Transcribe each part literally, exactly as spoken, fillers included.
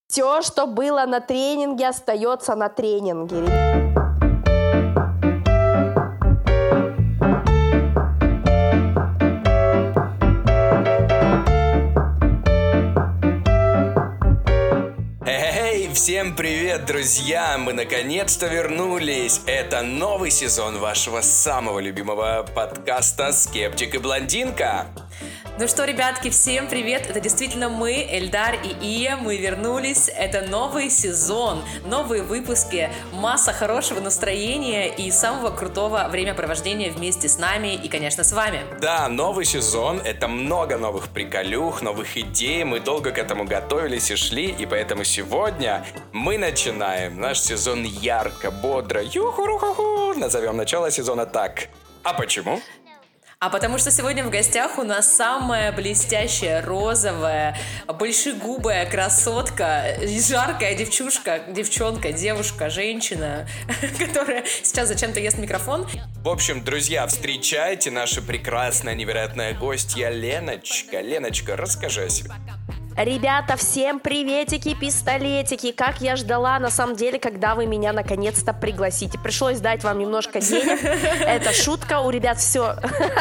Все, что было на тренинге, остается на тренинге. Всем привет, друзья! Мы наконец-то вернулись! Это новый сезон вашего самого любимого подкаста «Скептик и блондинка». Ну что, ребятки, всем привет! Это действительно мы, Эльдар и Ия, мы вернулись. Это новый сезон, новые выпуски, масса хорошего настроения и самого крутого времяпровождения вместе с нами и, конечно, с вами. Да, новый сезон, это много новых приколюх, новых идей, мы долго к этому готовились и шли, и поэтому сегодня мы начинаем наш сезон ярко, бодро, ю-ху-ру-ху-ху, назовем начало сезона так. А почему? А потому что сегодня в гостях у нас самая блестящая, розовая, большегубая красотка, жаркая девчушка, девчонка, девушка, женщина, которая сейчас зачем-то ест микрофон. В общем, друзья, встречайте наша прекрасная, невероятная гостья Леночка. Леночка, расскажи о себе. Ребята, всем приветики, пистолетики. Как я ждала, на самом деле, когда вы меня наконец-то пригласите. Пришлось дать вам немножко денег. Это шутка, у ребят все...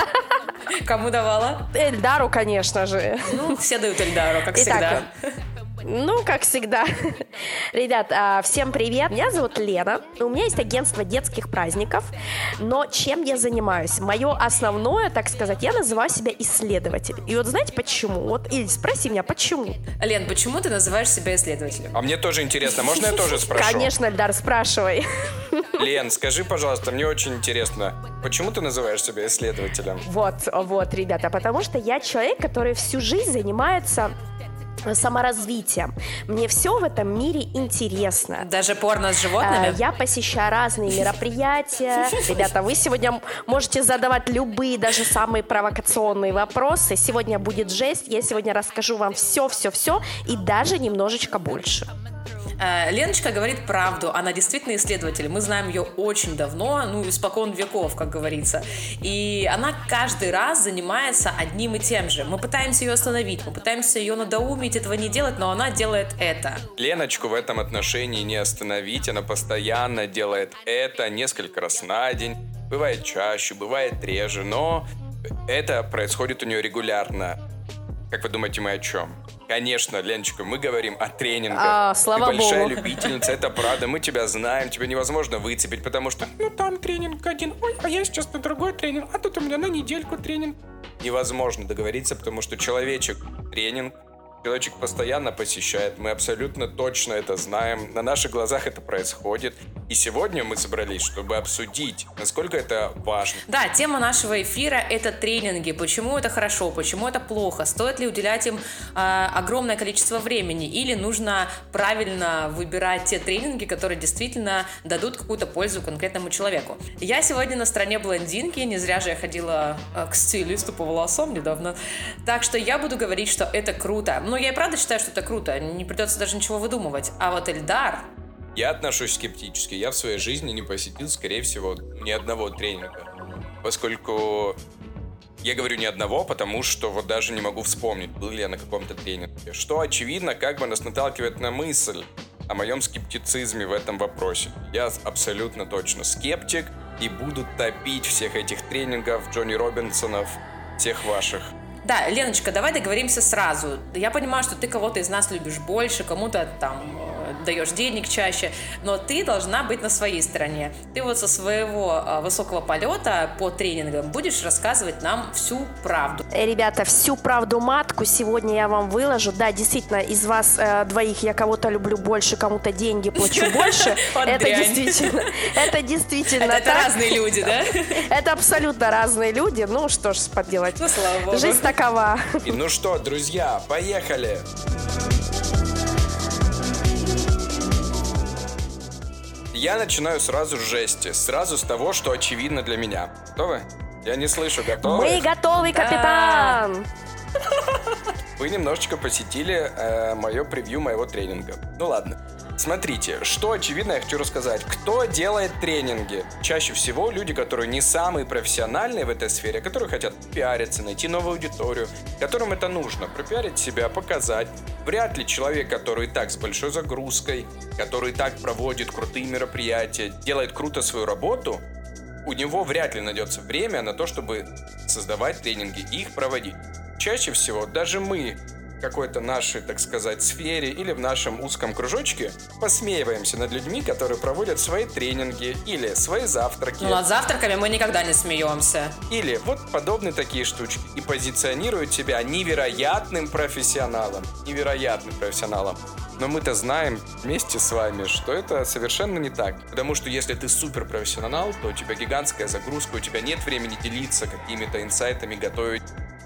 Кому давала? Эльдару, конечно же. Ну, все дают Эльдару, как Итак, всегда. Ну, как всегда. Ребят, всем привет. Меня зовут Лена. У меня есть агентство детских праздников. Но чем я занимаюсь? Мое основное, так сказать, я называю себя исследователь. И вот знаете почему? Вот, или спроси меня, почему? Лен, почему ты называешь себя исследователем? А мне тоже интересно. Можно я тоже спрошу? Конечно, Эльдар, спрашивай. Лен, скажи, пожалуйста, мне очень интересно, почему ты называешь себя исследователем? Вот, вот, ребята, потому что я человек, который всю жизнь занимается саморазвитием. Мне все в этом мире интересно. Даже порно с животными? Я посещаю разные мероприятия. Ребята, вы сегодня можете задавать любые, даже самые провокационные вопросы. Сегодня будет жесть. Я сегодня расскажу вам все-все-все и даже немножечко больше. Леночка говорит правду, она действительно исследователь, мы знаем ее очень давно, ну, испокон веков, как говорится, и она каждый раз занимается одним и тем же. Мы пытаемся ее остановить, мы пытаемся ее надоумить этого не делать, но она делает это. Леночку в этом отношении не остановить, она постоянно делает это несколько раз на день, бывает чаще, бывает реже, но это происходит у нее регулярно. Как вы думаете, мы о чем? Конечно, Леночка, мы говорим о тренингах. А, слава Ты большая богу. любительница, это правда, мы тебя знаем, тебя невозможно выцепить, потому что, ну, там тренинг один, ой, а я сейчас на другой тренинг, а тут у меня на недельку тренинг. Невозможно договориться, потому что человечек тренинг, человечек постоянно посещает, мы абсолютно точно это знаем, на наших глазах это происходит. И сегодня мы собрались, чтобы обсудить, насколько это важно. Да, тема нашего эфира – это тренинги. Почему это хорошо, почему это плохо? Стоит ли уделять им э, огромное количество времени? Или нужно правильно выбирать те тренинги, которые действительно дадут какую-то пользу конкретному человеку? Я сегодня на стороне блондинки, не зря же я ходила э, к стилисту по волосам недавно. Так что я буду говорить, что это круто. Ну, я и правда считаю, что это круто, не придется даже ничего выдумывать. А вот Эльдар... Я отношусь скептически. Я в своей жизни не посетил, скорее всего, ни одного тренинга. Поскольку... Я говорю ни одного, потому что вот даже не могу вспомнить, был ли я на каком-то тренинге. Что, очевидно, как бы нас наталкивает на мысль о моем скептицизме в этом вопросе. Я абсолютно точно скептик и буду топить всех этих тренингов, Джонни Робинсонов, всех ваших. Да, Леночка, давай договоримся сразу. Я понимаю, что ты кого-то из нас любишь больше, кому-то там даешь денег чаще, но ты должна быть на своей стороне. Ты вот со своего э, высокого полета по тренингам будешь рассказывать нам всю правду. Ребята, всю правду матку сегодня я вам выложу. Да, действительно, из вас э, двоих я кого-то люблю больше, кому-то деньги плачу больше. Это действительно, это действительно Это разные люди, да? Это абсолютно разные люди. Ну что ж поделать. Ну, слава богу. Жизнь такова. И ну что, друзья, поехали! Я начинаю сразу с жести, сразу с того, что очевидно для меня. Готовы? Я не слышу, готовы? Мы готовы, капитан! вы немножечко посетили э, мое превью моего тренинга. Ну ладно. Смотрите, что очевидно я хочу рассказать. Кто делает тренинги? Чаще всего люди, которые не самые профессиональные в этой сфере, которые хотят пиариться, найти новую аудиторию, которым это нужно, пропиарить себя, показать. Вряд ли человек, который и так с большой загрузкой, который и так проводит крутые мероприятия, делает круто свою работу, у него вряд ли найдется время на то, чтобы создавать тренинги и их проводить. Чаще всего даже мы в какой-то нашей, так сказать, сфере или в нашем узком кружочке посмеиваемся над людьми, которые проводят свои тренинги или свои завтраки. Ну, над завтраками мы никогда не смеемся. Или вот подобные такие штучки. И позиционируют себя невероятным профессионалом. Невероятным профессионалом. Но мы-то знаем вместе с вами, что это совершенно не так. Потому что если ты суперпрофессионал, то у тебя гигантская загрузка, у тебя нет времени делиться какими-то инсайтами, готовить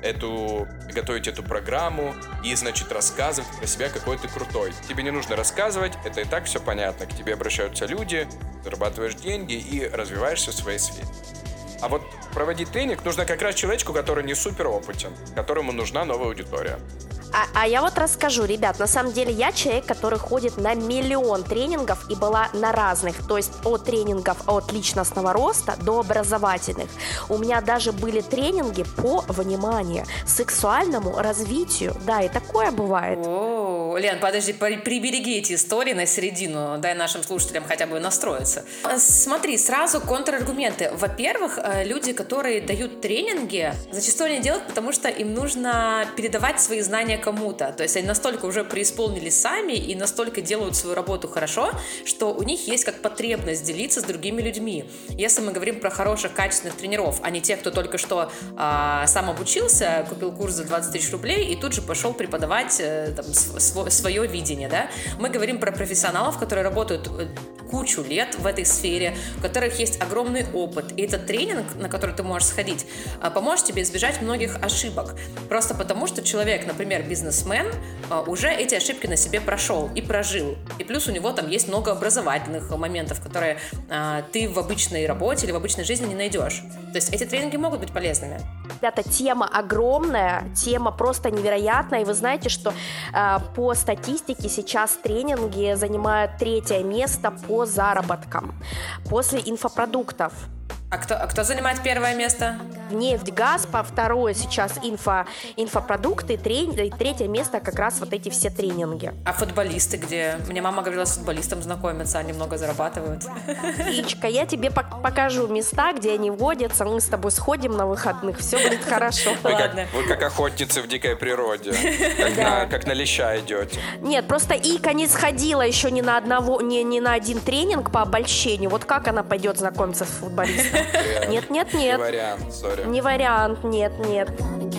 эту, готовить эту программу и, значит, рассказывать про себя, какой ты крутой. Тебе не нужно рассказывать, это и так все понятно. К тебе обращаются люди, зарабатываешь деньги и развиваешься в своей сфере. А вот проводить тренинг нужно как раз человечку, который не супер опытен, которому нужна новая аудитория. А, а я вот расскажу, ребят, на самом деле я человек, который ходит на миллион тренингов и была на разных, то есть от тренингов от личностного роста до образовательных. У меня даже были тренинги по, внимание, сексуальному развитию, да, и такое бывает. О, Лен, подожди, прибереги эти истории на середину, дай нашим слушателям хотя бы настроиться. Смотри, сразу контраргументы. Во-первых, люди, которые дают тренинги, зачастую они делают, потому что им нужно передавать свои знания кому-то. То есть они настолько уже преисполнились сами и настолько делают свою работу хорошо, что у них есть как потребность делиться с другими людьми. Если мы говорим про хороших, качественных тренеров, а не тех, кто только что а, сам обучился, купил курс за двадцать тысяч рублей и тут же пошел преподавать там, св- свое видение, да? Мы говорим про профессионалов, которые работают кучу лет в этой сфере, у которых есть огромный опыт. И этот тренинг, на который ты можешь сходить, поможет тебе избежать многих ошибок. Просто потому, что человек, например, бизнесмен, уже эти ошибки на себе прошел и прожил. И плюс у него там есть много образовательных моментов, которые ты в обычной работе или в обычной жизни не найдешь. То есть эти тренинги могут быть полезными. Ребята, тема огромная, тема просто невероятная. И вы знаете, что э, по статистике сейчас тренинги занимают третье место по заработкам после инфопродуктов. А кто, а кто занимает первое место? Нефть, газ, по второе сейчас инфо, инфопродукты, трен, и третье место как раз вот эти все тренинги. А футболисты где? Мне мама говорила, с футболистом знакомятся, они много зарабатывают. Ичка, я тебе покажу места, где они водятся, мы с тобой сходим на выходных, все будет хорошо. Вы как, вы как охотницы в дикой природе, как, на, как на леща идете. Нет, просто Ика не сходила еще ни на одного, ни, ни на один тренинг по обольщению. Вот как она пойдет знакомиться с футболистом? Нет, нет, нет. Не вариант, сори. Не вариант, нет, нет.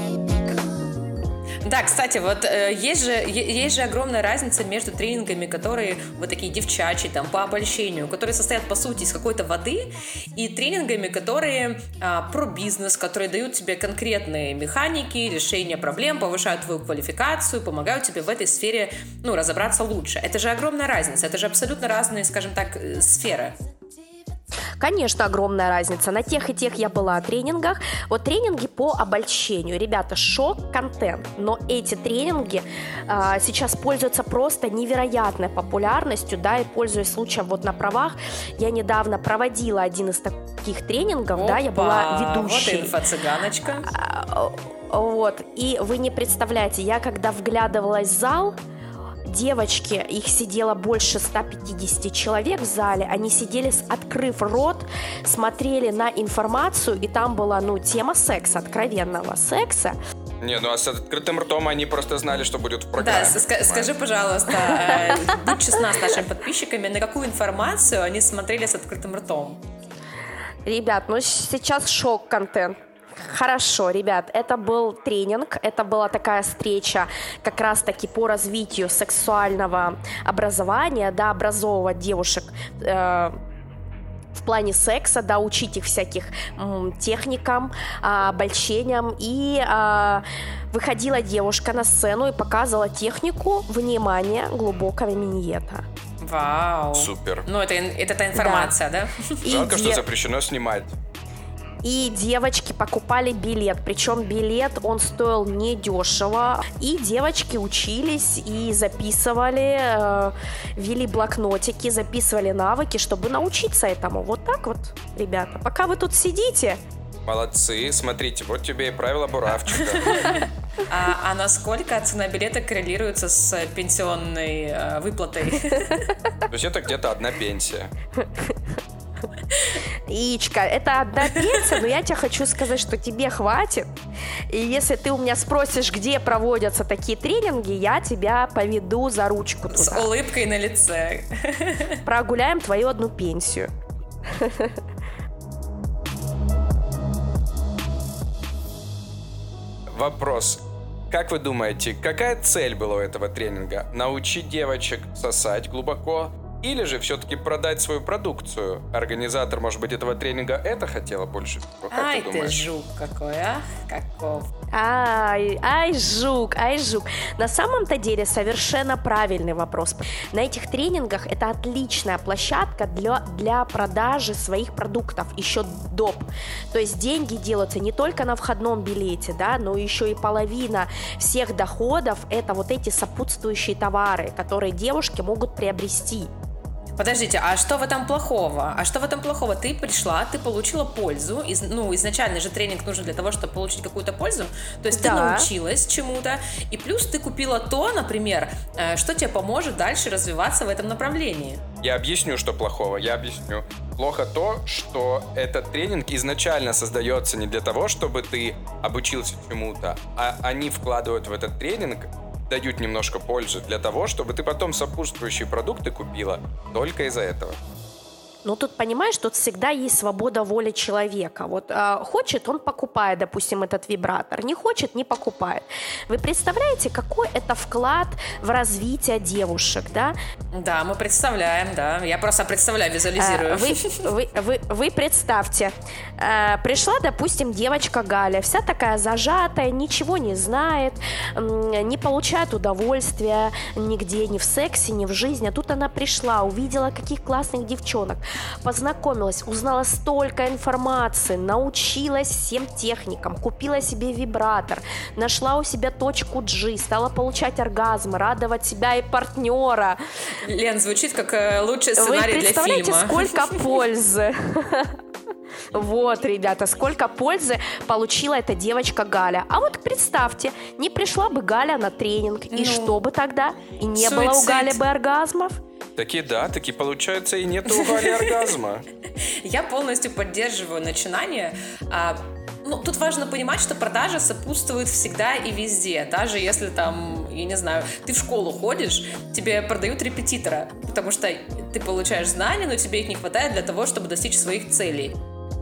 Да, кстати, вот э, есть же есть же огромная разница между тренингами, которые вот такие девчачьи, там, по обольщению, которые состоят, по сути, из какой-то воды, и тренингами, которые э, про бизнес, которые дают тебе конкретные механики, решения проблем, повышают твою квалификацию, помогают тебе в этой сфере, ну, разобраться лучше. Это же огромная разница, это же абсолютно разные, скажем так, э, сферы. Конечно, огромная разница. На тех и тех я была на тренингах. Вот тренинги по обольщению. Ребята, шок-контент. Но эти тренинги а, сейчас пользуются просто невероятной популярностью, да, и пользуясь случаем вот на правах, я недавно проводила один из таких тренингов, Опа, да, я была ведущей. Вот инфо-цыганочка. А, вот, и вы не представляете, я когда вглядывалась в зал, девочки, их сидело больше ста пятидесяти человек в зале, они сидели, открыв рот, смотрели на информацию, и там была, ну, тема секса, откровенного секса. Не, ну а с открытым ртом они просто знали, что будет в программе. Да, ска- скажи, пожалуйста, будь честна с нашими подписчиками, на какую информацию они смотрели с открытым ртом? Ребят, ну сейчас шок-контент. Хорошо, ребят, это был тренинг, это была такая встреча как раз-таки по развитию сексуального образования, да, образовывать девушек э, в плане секса, да, учить их всяких м, техникам, э, обольщениям. И э, выходила девушка на сцену и показывала технику, внимания, глубокого миньета. Вау. Супер. Ну, это, это та информация, да? да? Жалко, и что де... запрещено снимать. и девочки покупали билет, причем билет, он стоил недешево, и девочки учились и записывали, э, вели блокнотики, записывали навыки, чтобы научиться этому. Вот так вот, ребята, пока вы тут сидите. Молодцы, смотрите, вот тебе и правило буравчика. А, а насколько цена билета коррелируется с пенсионной э, выплатой? То есть это где-то одна пенсия. Яичко, это одна пенсия, но я тебе хочу сказать, что тебе хватит. И если ты у меня спросишь, где проводятся такие тренинги, я тебя поведу за ручку туда. С улыбкой на лице. Прогуляем твою одну пенсию. Вопрос. Как вы думаете, какая цель была у этого тренинга? Научить девочек сосать глубоко? Или же все-таки продать свою продукцию? Организатор, может быть, этого тренинга это хотела больше всего? Как Ай, ты ты думаешь? жук какой, а? Каков. Ай, ай, жук, ай, жук. На самом-то деле совершенно правильный вопрос. На этих тренингах это отличная площадка для, для продажи своих продуктов, еще доп. То есть деньги делаются не только на входном билете, да, но еще и половина всех доходов это вот эти сопутствующие товары, которые девушки могут приобрести. Подождите, а что в этом плохого? А что в этом плохого? Ты пришла, ты получила пользу. Из, ну, изначально же тренинг нужен для того, чтобы получить какую-то пользу. То есть да. Ты научилась чему-то, и плюс ты купила то, например, что тебе поможет дальше развиваться в этом направлении. Я объясню, что плохого, я объясню. Плохо то, что этот тренинг изначально создается не для того, чтобы ты обучился чему-то, а они вкладывают в этот тренинг, дают немножко пользы для того, чтобы ты потом сопутствующие продукты купила только из-за этого. Ну, тут, понимаешь, тут всегда есть свобода воли человека. Вот э, хочет, он покупает, допустим, этот вибратор. Не хочет, не покупает. Вы представляете, какой это вклад в развитие девушек, да? Да, мы представляем, да. Я просто представляю, визуализирую. Э, вы, вы, вы, вы представьте, э, пришла, допустим, девочка Галя, вся такая зажатая, ничего не знает, э, не получает удовольствия нигде, ни в сексе, ни в жизни. А тут она пришла, увидела, каких классных девчонок, познакомилась, узнала столько информации, научилась всем техникам, купила себе вибратор, нашла у себя точку G, стала получать оргазм, радовать себя и партнера. Лен, звучит как лучший сценарий для фильма. Вы представляете, сколько пользы? Вот, ребята, сколько пользы получила эта девочка Галя. А вот представьте, не пришла бы Галя на тренинг, и ну, что бы тогда? И не суицид. Было у Гали бы оргазмов? Таки да, таки получается и нет у Гали оргазма. Я полностью поддерживаю начинание. Ну, тут важно понимать, что продажа сопутствует всегда и везде. Даже если там, я не знаю, ты в школу ходишь, тебе продают репетитора, потому что ты получаешь знания, но тебе их не хватает для того, чтобы достичь своих целей.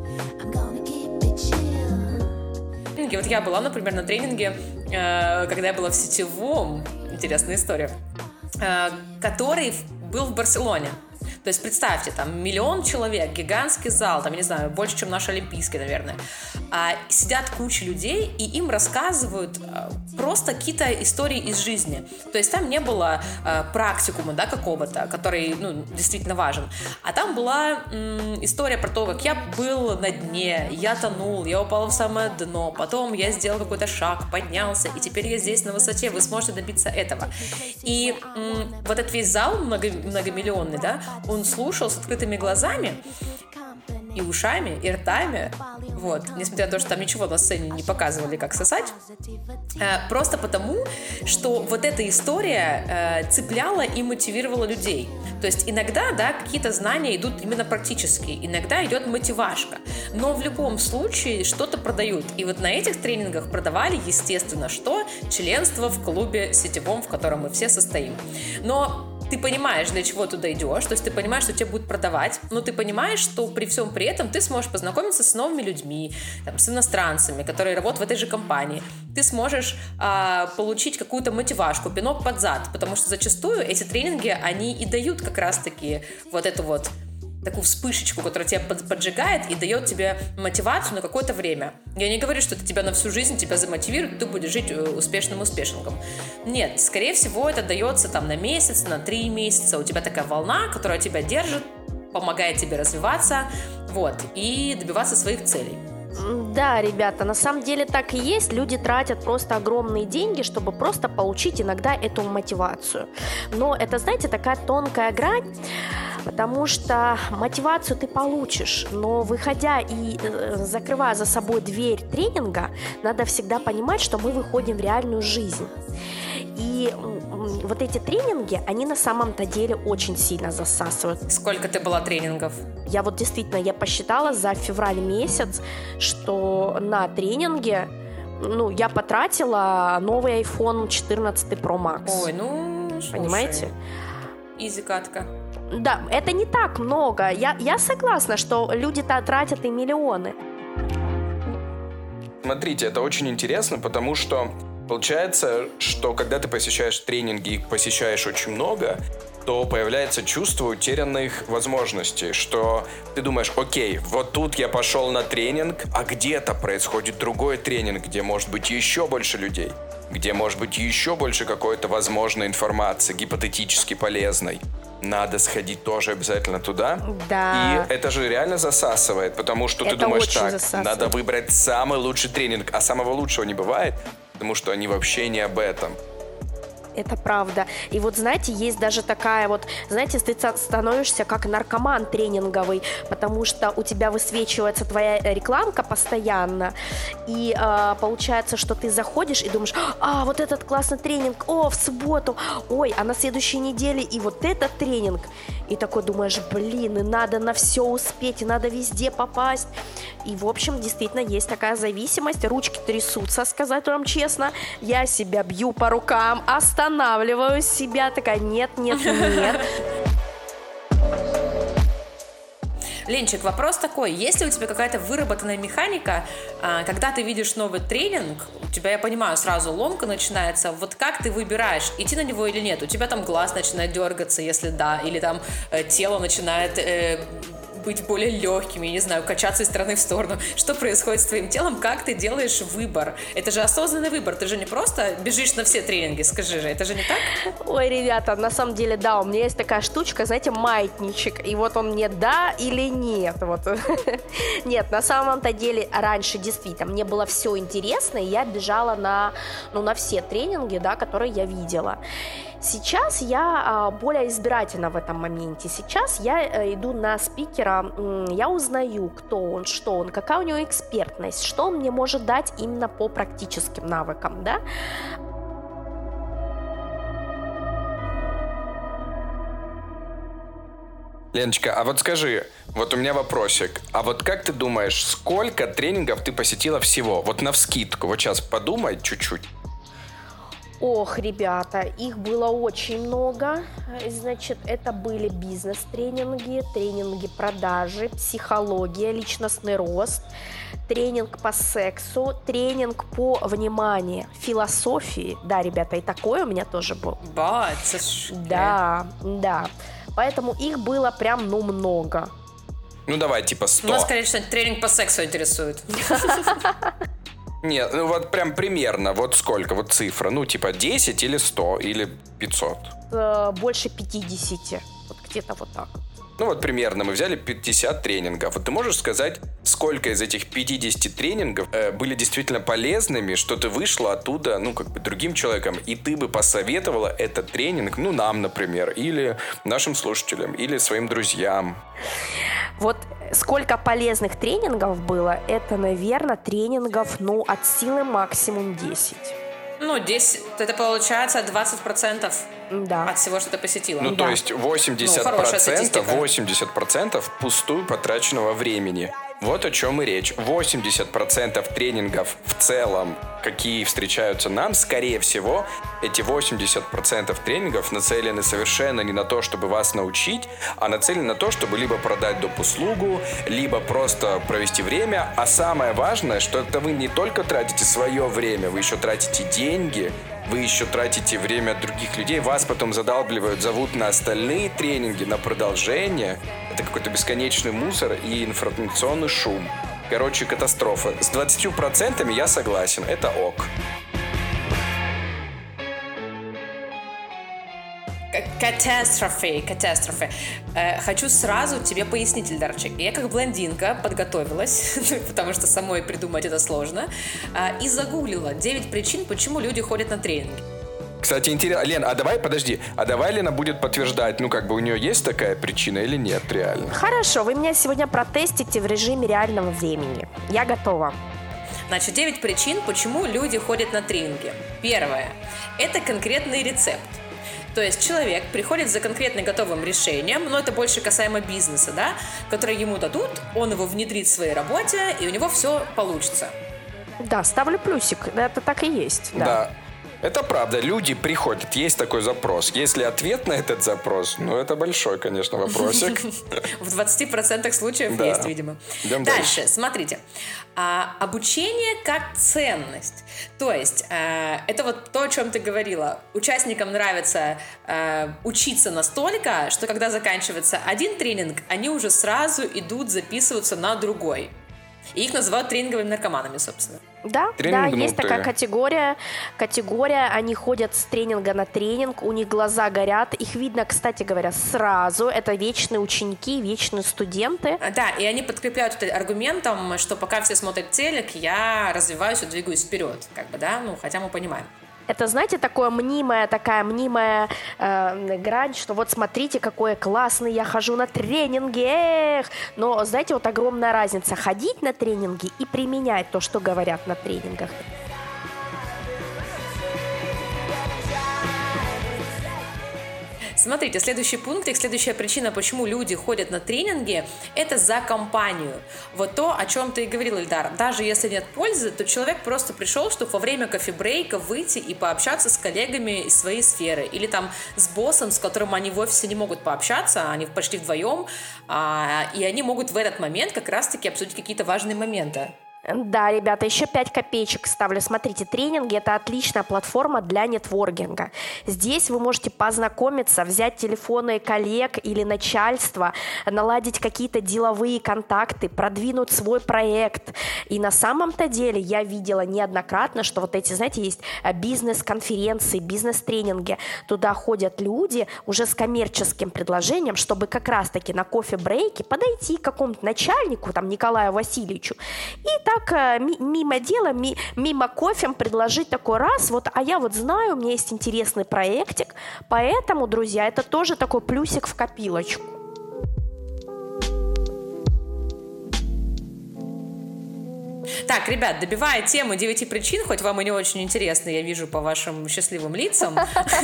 Вот я была, например, на тренинге, когда я была в сетевом, интересная история, который был в Барселоне. То есть представьте, там миллион человек, гигантский зал, там, я не знаю, больше, чем наш Олимпийский, наверное. А, сидят куча людей, и им рассказывают а, просто какие-то истории из жизни. То есть там не было а, практикума, да, какого-то, который, ну, действительно важен. А там была м, история про то, как я был на дне, я тонул, я упал в самое дно, потом я сделал какой-то шаг, поднялся, и теперь я здесь на высоте, вы сможете добиться этого. И м, вот этот весь зал много, многомиллионный, да, он слушал с открытыми глазами и ушами, и ртами, вот, несмотря на то, что там ничего на сцене не показывали, как сосать, э, просто потому, что вот эта история э, цепляла и мотивировала людей. То есть иногда, да, какие-то знания идут именно практически, иногда идет мотивашка, но в любом случае что-то продают. И вот на этих тренингах продавали, естественно, что? Членство в клубе сетевом, в котором мы все состоим. Но ты понимаешь, для чего туда идешь, то есть ты понимаешь, что тебе будут продавать, но ты понимаешь, что при всем при этом ты сможешь познакомиться с новыми людьми, там, с иностранцами, которые работают в этой же компании. Ты сможешь а, получить какую-то мотивашку, пинок под зад, потому что зачастую эти тренинги, они и дают как раз-таки вот эту вот такую вспышечку, которая тебя поджигает и дает тебе мотивацию на какое-то время. Я не говорю, что это тебя на всю жизнь тебя замотивирует, ты будешь жить успешным успешником. Нет, скорее всего, это дается там на месяц, на три месяца. У тебя такая волна, которая тебя держит, помогает тебе развиваться, вот, и добиваться своих целей. Да, ребята, на самом деле так и есть. Люди тратят просто огромные деньги, чтобы просто получить иногда эту мотивацию. Но это, знаете, такая тонкая грань, потому что мотивацию ты получишь, но выходя и э, закрывая за собой дверь тренинга, надо всегда понимать, что мы выходим в реальную жизнь. И вот эти тренинги, они на самом-то деле очень сильно засасывают. Сколько ты была тренингов? Я вот действительно, я посчитала за февраль месяц, что на тренинге, ну, я потратила новый айфон четырнадцать Pro Max. Ой, ну, слушай, понимаете? Изи катка. Да, это не так много. Я, я согласна, что люди-то тратят и миллионы. Смотрите, это очень интересно, потому что получается, что когда ты посещаешь тренинги и посещаешь очень много, то появляется чувство утерянных возможностей, что ты думаешь, окей, вот тут я пошел на тренинг, а где-то происходит другой тренинг, где может быть еще больше людей, где может быть еще больше какой-то возможной информации, гипотетически полезной. Надо сходить тоже обязательно туда. Да. И это же реально засасывает, потому что это ты думаешь, так, засасывает. Надо выбрать самый лучший тренинг, а самого лучшего не бывает, потому что они вообще не об этом. Это правда. И вот, знаете, есть даже такая вот, знаете, ты становишься как наркоман тренинговый, потому что у тебя высвечивается твоя рекламка постоянно, и э, получается, что ты заходишь и думаешь, а, вот этот классный тренинг, о, в субботу, ой, а на следующей неделе и вот этот тренинг. И такой думаешь, блин, и надо на все успеть, и надо везде попасть. И, в общем, действительно есть такая зависимость, ручки трясутся, сказать вам честно, я себя бью по рукам, останавливаю себя, такая, нет, нет, нет. Ленчик, вопрос такой, есть ли у тебя какая-то выработанная механика, когда ты видишь новый тренинг, у тебя, я понимаю, сразу ломка начинается, вот как ты выбираешь, идти на него или нет? У тебя там глаз начинает дергаться, если да, или там э, тело начинает э, быть более легким, я не знаю, качаться из стороны в сторону. Что происходит с твоим телом? Как ты делаешь выбор? Это же осознанный выбор, ты же не просто бежишь на все тренинги, скажи же, это же не так? Ой, ребята, на самом деле, да, у меня есть такая штучка, знаете, маятничек, и вот он мне да или нет, вот. Нет, на самом-то деле, раньше действительно мне было все интересно, и я бежала на, ну, на все тренинги, да, которые я видела. Сейчас я а, более избирательна в этом моменте. Сейчас я а, иду на спикера, м, я узнаю, кто он, что он, какая у него экспертность, что он мне может дать именно по практическим навыкам, да. Леночка, а вот скажи, вот у меня вопросик. А вот как ты думаешь, сколько тренингов ты посетила всего? Вот навскидку, вот сейчас подумай чуть-чуть. Ох, ребята, их было очень много. Значит, это были бизнес-тренинги, тренинги продажи, психология, личностный рост, тренинг по сексу, тренинг по, внимание, философии. Да, ребята, и такое у меня тоже был. Да, это ж... Да, да. Поэтому их было прям, ну, много. Ну, давай, типа сто. Нас, конечно, тренинг по сексу интересует. Нет, ну вот прям примерно, вот сколько, вот цифра, ну типа десять или сто, или пятьсот. Больше пятьдесят, вот где-то вот так. Ну вот примерно мы взяли пятьдесят тренингов. Вот ты можешь сказать, сколько из этих пятидесяти тренингов э, были действительно полезными, что ты вышла оттуда, ну как бы другим человеком, и ты бы посоветовала этот тренинг, ну нам, например, или нашим слушателям, или своим друзьям? Вот сколько полезных тренингов было, это, наверное, тренингов, ну, от силы максимум десять. Ну, десять, это получается двадцать процентов да. от всего, что ты посетила. Ну, да. то есть восемьдесят процентов, восемьдесят процентов пустую потраченного времени. Вот о чем и речь. восемьдесят процентов тренингов в целом, какие встречаются нам, скорее всего, эти восемьдесят процентов тренингов нацелены совершенно не на то, чтобы вас научить, а нацелены на то, чтобы либо продать доп. Услугу, либо просто провести время. А самое важное, что это вы не только тратите свое время, вы еще тратите деньги, вы еще тратите время других людей, вас потом задалбливают, зовут на остальные тренинги, на продолжение. Это какой-то бесконечный мусор и информационный шум. Короче, катастрофа. С двадцатью процентами я согласен, это ок. Катастрофе, катастрофе. Э, хочу сразу тебе пояснить, Ильдарчик. Я как блондинка подготовилась, потому что самой придумать это сложно, э, и загуглила девять причин, почему люди ходят на тренинги. Кстати, интересно, Лен, а давай, подожди, а давай Лена будет подтверждать, ну, как бы у нее есть такая причина или нет, реально? Хорошо, вы меня сегодня протестите в режиме реального времени. Я готова. Значит, девять причин, почему люди ходят на тренинги. Первое. Это конкретный рецепт. То есть человек приходит за конкретно готовым решением, но это больше касаемо бизнеса, да, которое ему дадут, он его внедрит в своей работе, и у него все получится. Да, ставлю плюсик, это так и есть. Да. Да. Это правда, люди приходят, есть такой запрос. Если ответ на этот запрос, ну это большой, конечно, вопросик. В двадцати процентах случаев Да. есть, видимо. Идем Дальше, дальше. смотрите. А, обучение как ценность. То есть, э, это вот то, о чем ты говорила. Участникам нравится э, учиться настолько, что когда заканчивается один тренинг, они уже сразу идут записываться на другой. И их называют тренинговыми наркоманами, собственно. Да, Тренинг да, есть внутри. такая категория, категория, они ходят с тренинга на тренинг, у них глаза горят, их видно, кстати говоря, сразу, это вечные ученики, вечные студенты. А, Да, и они подкрепляют это аргументом, что пока все смотрят телек, я развиваюсь и двигаюсь вперед, как бы, да, ну, хотя мы понимаем. Это, знаете, такое мнимая, такая мнимая э, грань, что вот смотрите, какой классный, я хожу на тренинги, эх! Но, знаете, вот огромная разница ходить на тренинги и применять то, что говорят на тренингах. Смотрите, следующий пункт и следующая причина, почему люди ходят на тренинги, это за компанию. Вот то, о чем ты и говорил, Ильдар. Даже если нет пользы, то человек просто пришел, чтобы во время кофе-брейка выйти и пообщаться с коллегами из своей сферы. Или там с боссом, с которым они в офисе не могут пообщаться, они почти вдвоем, а, и они могут в этот момент как раз-таки обсудить какие-то важные моменты. Да, ребята, еще пять копеечек ставлю. Смотрите, тренинги – это отличная платформа для нетворкинга. Здесь вы можете познакомиться, взять телефоны коллег или начальства, наладить какие-то деловые контакты, продвинуть свой проект. И на самом-то деле я видела неоднократно, что вот эти, знаете, есть бизнес-конференции, бизнес-тренинги. Туда ходят люди уже с коммерческим предложением, чтобы как раз-таки на кофе-брейке подойти к какому-то начальнику, там, Николаю Васильевичу, и так мимо дела, мимо кофе предложить такой раз, вот, а я вот знаю, у меня есть интересный проектик, поэтому, друзья, это тоже такой плюсик в копилочку. Так, ребят, добивая тему девяти причин, хоть вам и не очень интересно, я вижу по вашим счастливым лицам,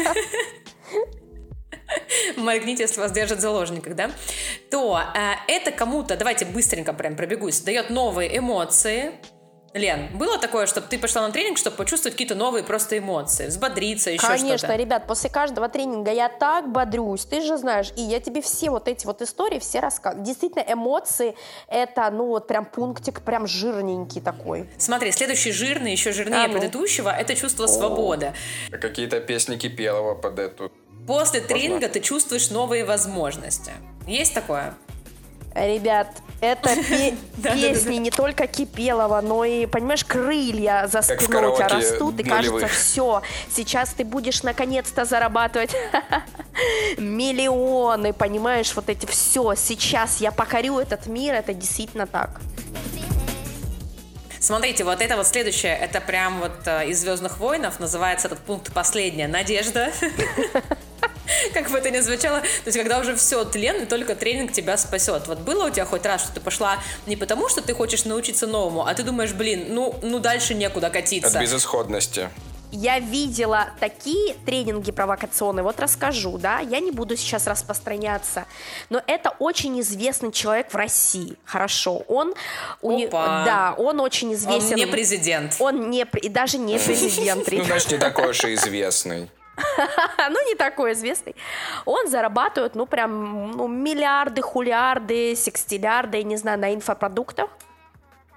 моргните, если вас держат в заложниках, да, то э, это кому-то, давайте быстренько прям пробегусь, дает новые эмоции. Лен, было такое, чтобы ты пошла на тренинг, чтобы почувствовать какие-то новые просто эмоции, взбодриться, еще что-то? Конечно, ребят, после каждого тренинга я так бодрюсь, ты же знаешь, и я тебе все вот эти вот истории все рассказываю. Действительно, эмоции — это, ну, вот прям пунктик, прям жирненький такой. Смотри, следующий жирный, еще жирнее а, ну. предыдущего, это чувство свободы. Какие-то песни Кипелова под эту. После тренинга ты чувствуешь новые возможности. Есть такое? Ребят, это пе- песни не только Кипелова, но и, понимаешь, крылья за спиной у тебя растут, и кажется, все, сейчас ты будешь наконец-то зарабатывать миллионы, понимаешь, вот эти все, сейчас я покорю этот мир, это действительно так. Смотрите, вот это вот следующее, это прям вот э, из «Звездных войнов», называется этот пункт «Последняя надежда». Как бы это ни звучало, то есть когда уже все тлен, и только тренинг тебя спасет. Вот было у тебя хоть раз, что ты пошла не потому, что ты хочешь научиться новому, а ты думаешь, блин, ну, ну дальше некуда катиться. От безысходности. Я видела такие тренинги провокационные, вот расскажу, да, я не буду сейчас распространяться, но это очень известный человек в России, хорошо, он, у не, да, он очень известен. Он не президент. Он не, и даже не президент. Ну, значит, не такой уж и известный. Ну, не такой известный. Он зарабатывает, ну, прям, ну, миллиарды, хулиарды, секстиллиарды, я не знаю, на инфопродуктах.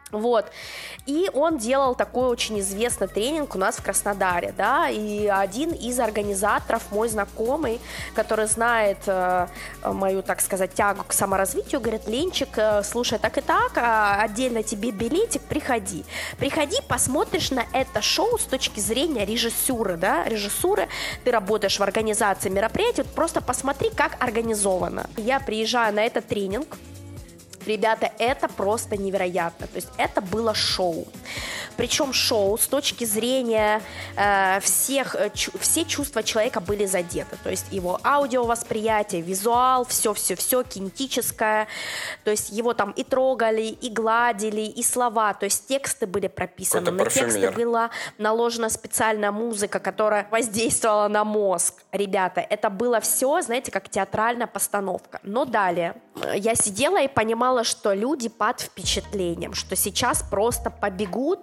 Вот, и он делал такой очень известный тренинг у нас в Краснодаре, да, и один из организаторов, мой знакомый, который знает э, мою, так сказать, тягу к саморазвитию, говорит: Ленчик, э, слушай, так и так, э, отдельно тебе билетик, приходи, приходи, посмотришь на это шоу с точки зрения режиссуры, да, режиссуры, ты работаешь в организации мероприятий, вот просто посмотри, как организовано. Я приезжаю на этот тренинг. Ребята, это просто невероятно. То есть это было шоу. Причем шоу с точки зрения э, всех, э, чу, все чувства человека были задеты. То есть его аудиовосприятие, визуал, все-все-все, кинетическое. То есть его там и трогали, и гладили, и слова. То есть тексты были прописаны. На тексты была наложена специальная музыка, которая воздействовала на мозг. Ребята, это было все, знаете, как театральная постановка. Но далее я сидела и понимала, что люди под впечатлением, что сейчас просто побегут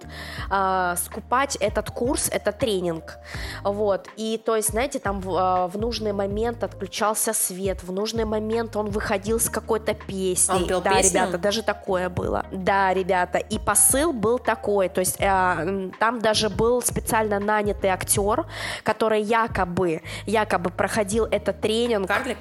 э, скупать этот курс, этот тренинг. Вот. И то есть, знаете, там в, э, в нужный момент отключался свет, в нужный момент он выходил с какой-то песней. Он пел да, песню? ребята, даже такое было. Да, ребята, и посыл был такой, то есть э, там даже был специально нанятый актер, который якобы, якобы проходил этот тренинг. Карлик?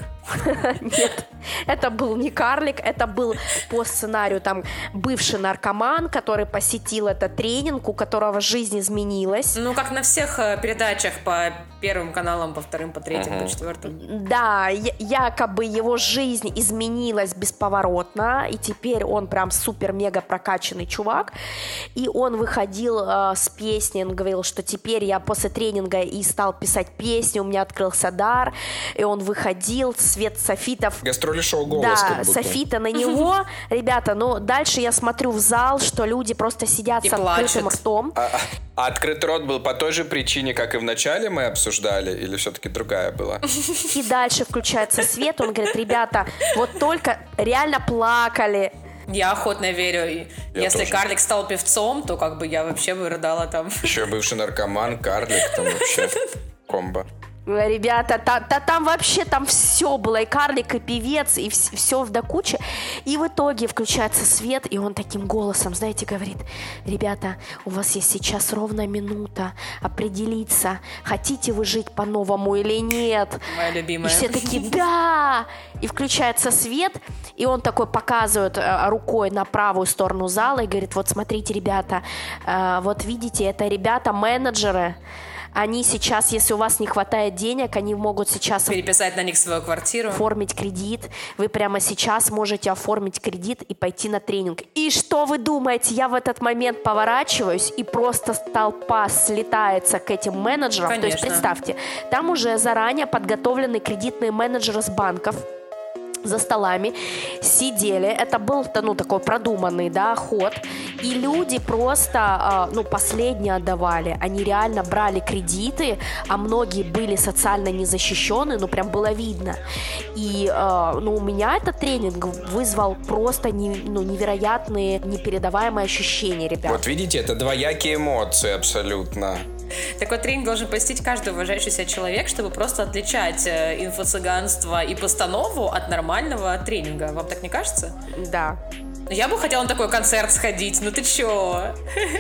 Нет, это был не карлик, это был по сценарию там бывший наркоман, который посетил этот тренинг, у которого жизнь изменилась. Ну, как на всех передачах по первым каналам, по вторым, по третьим, uh-huh. по четвертым. Да, якобы его жизнь изменилась бесповоротно, и теперь он прям супер-мега прокачанный чувак, и он выходил э, с песней, он говорил, что теперь я после тренинга и стал писать песни, у меня открылся дар, и он выходил, цвет софитов. Гастроли шоу «Голос», да, как будто. софита на него. Ребята, ну дальше я смотрю в зал, что люди просто сидят и с открытым плачут. ртом. А, а открытый рот был по той же причине, как и в начале мы обсуждали, или все-таки другая была? И дальше включается свет, он говорит: ребята, вот только реально плакали. Я охотно верю. Я Если тоже. Карлик стал певцом, то как бы я вообще бы рыдала там. Еще бывший наркоман, карлик, там вообще комбо. Ребята, та, та, там вообще там все было, и карлик, и певец, и вс- все до кучи. И в итоге включается свет, и он таким голосом, знаете, говорит: ребята, у вас есть сейчас ровно минута определиться, хотите вы жить по-новому или нет. Моя любимая. И все такие: да! И включается свет, и он такой показывает э, рукой на правую сторону зала и говорит: вот смотрите, ребята, э, вот видите, это ребята-менеджеры. Они сейчас, если у вас не хватает денег, они могут сейчас переписать на них свою квартиру, оформить кредит. Вы прямо сейчас можете оформить кредит и пойти на тренинг. И что вы думаете? Я в этот момент поворачиваюсь, и просто толпа слетается к этим менеджерам. Конечно. То есть представьте, там уже заранее подготовлены кредитные менеджеры с банков. За столами сидели, это был ну, такой продуманный, да, ход, и люди просто, ну, последние отдавали, они реально брали кредиты, а многие были социально незащищены, ну, прям было видно, и, ну, у меня этот тренинг вызвал просто не, ну, невероятные, непередаваемые ощущения, ребят. Вот видите, это двоякие эмоции абсолютно. Такой тренинг должен посетить каждый уважающий себя человек, чтобы просто отличать инфо-цыганство и постанову от нормального тренинга. Вам так не кажется? Да. Я бы хотела на такой концерт сходить, ну ты чё?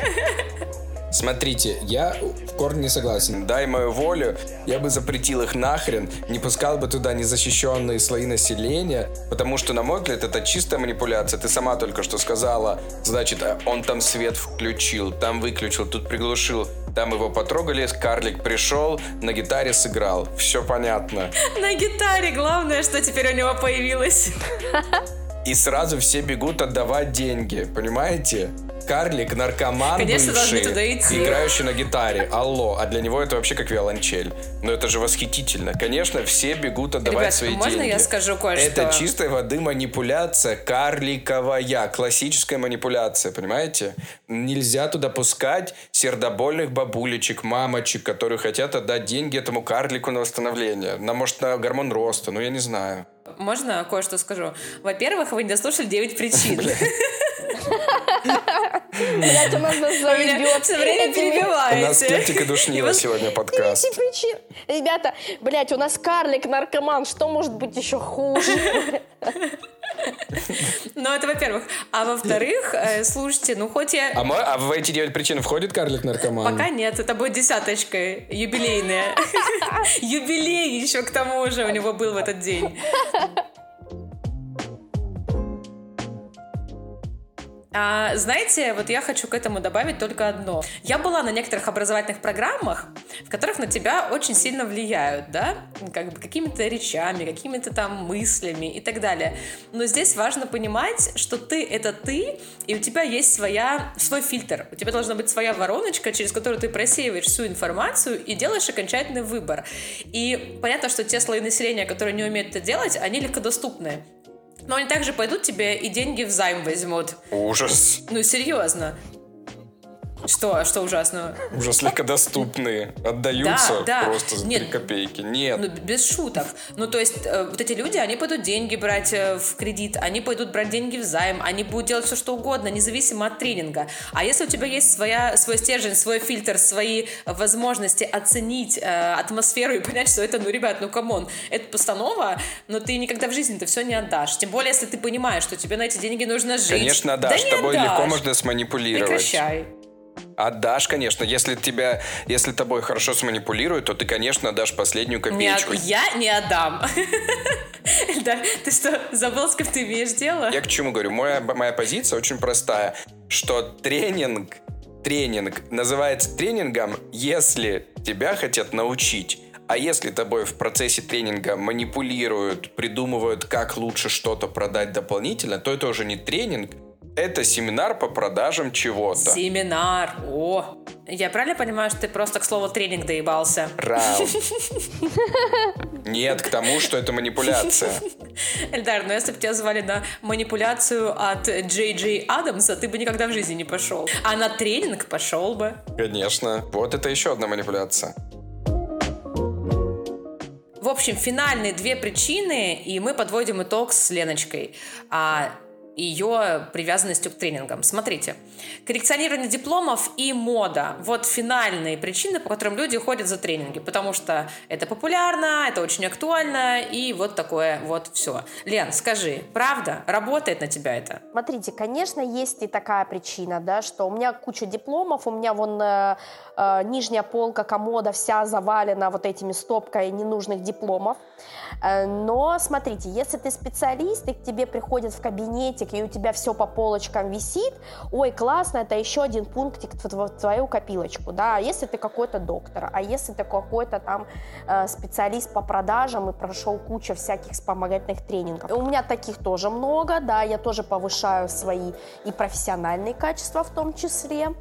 Смотрите, я в корне не согласен. Дай мою волю, я бы запретил их нахрен, не пускал бы туда незащищенные слои населения, потому что, на мой взгляд, это чистая манипуляция. Ты сама только что сказала, значит, он там свет включил, там выключил, тут приглушил. Там его потрогали, карлик пришел, на гитаре сыграл. Все понятно. На гитаре, главное, что теперь у него появилось. И сразу все бегут отдавать деньги, понимаете? Карлик, наркоман, конечно, бывший, туда идти. играющий на гитаре. Алло, а для него это вообще как виолончель. Но это же восхитительно. Конечно, все бегут отдавать Ребят, свои можно деньги. Можно я скажу кое-что? Это чистой воды манипуляция карликовая, классическая манипуляция, понимаете? Нельзя туда пускать сердобольных бабулечек, мамочек, которые хотят отдать деньги этому карлику на восстановление. На, может, на гормон роста, ну я не знаю. Можно кое-что скажу? Во-первых, вы не дослушали девять причин. Блять, у нас нас заведет. Все время перебиваете. У нас скептика душнила сегодня подкаст. Ребята, блять, у нас карлик наркоман, что может быть еще хуже? Ну, это во-первых. А во-вторых, э, слушайте, ну хоть я... А, мой, а в эти девять причин входит карлик-наркоман? Пока нет, это будет десяточкой юбилейная. Юбилей еще к тому же у него был в этот день. А, знаете, вот я хочу к этому добавить только одно. Я была на некоторых образовательных программах, в которых на тебя очень сильно влияют, да, как бы какими-то речами, какими-то там мыслями и так далее. Но здесь важно понимать, что ты — это ты, и у тебя есть своя, свой фильтр. У тебя должна быть своя вороночка, через которую ты просеиваешь всю информацию и делаешь окончательный выбор. И понятно, что те слои населения, которые не умеют это делать, они легкодоступны. Но они также пойдут тебе и деньги взайм возьмут. Ужас. Ну, серьезно. Что? Что ужасно? Ужас легкодоступные. Отдаются да, да. просто за три копейки. Нет. Ну, без шуток. Ну, то есть, э, вот эти люди, они пойдут деньги брать э, в кредит, они пойдут брать деньги взайм, они будут делать все, что угодно, независимо от тренинга. А если у тебя есть своя, свой стержень, свой фильтр, свои возможности оценить э, атмосферу и понять, что это, ну, ребят, ну, камон, это постанова, но ты никогда в жизни-то все не отдашь. Тем более, если ты понимаешь, что тебе на эти деньги нужно жить. Конечно, отдашь. Да тобой отдашь. Легко можно сманипулировать. Прекращай. Отдашь, конечно. Если тебя, если тобой хорошо сманипулируют, то ты, конечно, отдашь последнюю копеечку. Нет, я не отдам. Да, ты что, забыл, с кем ты имеешь дело? Я к чему говорю? Моя, моя позиция очень простая, что тренинг, тренинг называется тренингом, если тебя хотят научить. А если тобой в процессе тренинга манипулируют, придумывают, как лучше что-то продать дополнительно, то это уже не тренинг, это семинар по продажам чего-то. Семинар. О, я правильно понимаю, что ты просто к слову тренинг доебался? Раунд. Нет, к тому, что это манипуляция. Эльдар, ну если бы тебя звали на манипуляцию от Джей Джей Адамса, ты бы никогда в жизни не пошел. А на тренинг пошел бы. Конечно. Вот это еще одна манипуляция. В общем, финальные две причины, и мы подводим итог с Леночкой. А ее привязанностью к тренингам. Смотрите, коллекционирование дипломов и мода. Вот финальные причины, по которым люди ходят за тренинги. Потому что это популярно, это очень актуально, и вот такое вот все. Лен, скажи, правда? Работает на тебя это? Смотрите, конечно, есть и такая причина, да, что у меня куча дипломов, у меня вон э, э, нижняя полка комода вся завалена вот этими стопкой ненужных дипломов. Э, но смотрите, если ты специалист, и к тебе приходят в кабинете, и у тебя все по полочкам висит, ой, классно, это еще один пунктик в твою копилочку, да, а если ты какой-то доктор, а если ты какой-то там э, специалист по продажам и прошел кучу всяких вспомогательных тренингов. У меня таких тоже много, да, я тоже повышаю свои и профессиональные качества в том числе.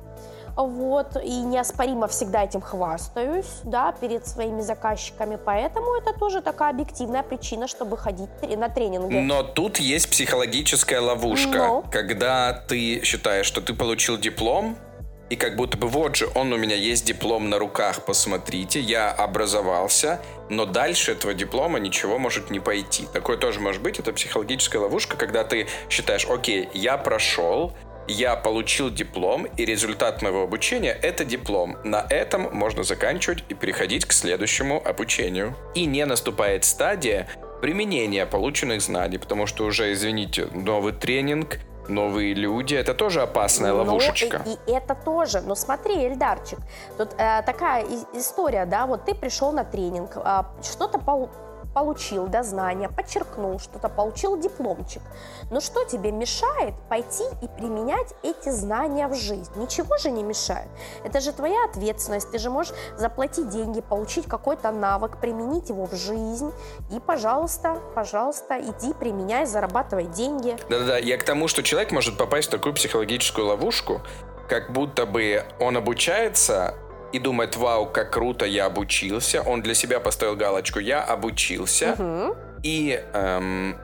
Вот, и неоспоримо всегда этим хвастаюсь, да, перед своими заказчиками, поэтому это тоже такая объективная причина, чтобы ходить на тренинги. Но тут есть психологическая ловушка, Но. когда ты считаешь, что ты получил диплом, и как будто бы вот же, он у меня есть диплом на руках, посмотрите, я образовался, но дальше этого диплома ничего может не пойти. Такое тоже может быть, это психологическая ловушка, когда ты считаешь, окей, я прошел, я получил диплом, и результат моего обучения — это диплом. На этом можно заканчивать и переходить к следующему обучению. И не наступает стадия применения полученных знаний, потому что уже, извините, новый тренинг, новые люди — это тоже опасная ловушечка. Ну, и, и это тоже. Но смотри, Эльдарчик, тут э, такая и- история, да, вот ты пришел на тренинг, э, что-то по- получил, да, знания, подчеркнул что-то, получил дипломчик. Но что тебе мешает пойти и применять эти знания в жизнь? Ничего же не мешает. Это же твоя ответственность. Ты же можешь заплатить деньги, получить какой-то навык, применить его в жизнь. И, пожалуйста, пожалуйста, иди, применяй, зарабатывай деньги. Да-да-да, я к тому, что человек может попасть в такую психологическую ловушку, как будто бы он обучается и думает, вау, как круто, я обучился. Он для себя поставил галочку, я обучился. Угу. И, эм,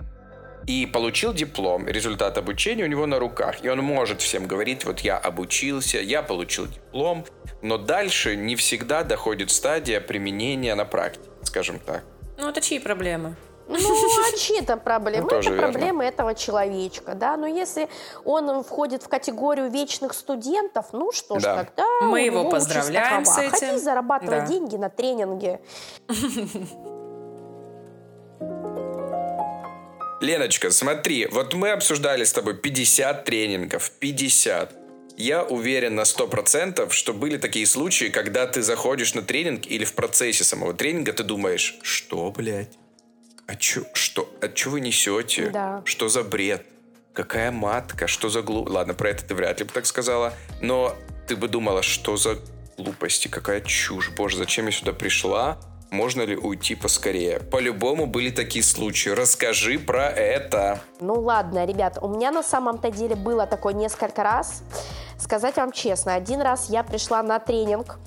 и получил диплом. Результат обучения у него на руках. И он может всем говорить, вот я обучился, я получил диплом. Но дальше не всегда доходит стадия применения на практике, скажем так. Ну, это чьи проблемы? Ну, а чьи-то проблемы? Ну, это верно. проблемы этого человечка, да. Но если он входит в категорию вечных студентов, ну что ж, Да. тогда Мы у его него поздравляем участь такова. с этим. Ходи зарабатывай Да. деньги на тренинге. Леночка, смотри, вот мы обсуждали с тобой пятьдесят тренингов, пятьдесят. Я уверен на сто процентов, что были такие случаи, когда ты заходишь на тренинг или в процессе самого тренинга ты думаешь, что, блядь? А чё, что, а чё вы несете? Да. Что за бред? Какая матка? Что за глупость? Ладно, про это ты вряд ли бы так сказала, но ты бы думала, что за глупости, какая чушь. Боже, зачем я сюда пришла? Можно ли уйти поскорее? По-любому были такие случаи. Расскажи про это. Ну ладно, ребят, у меня на самом-то деле было такое несколько раз. Сказать вам честно, один раз я пришла на тренинг,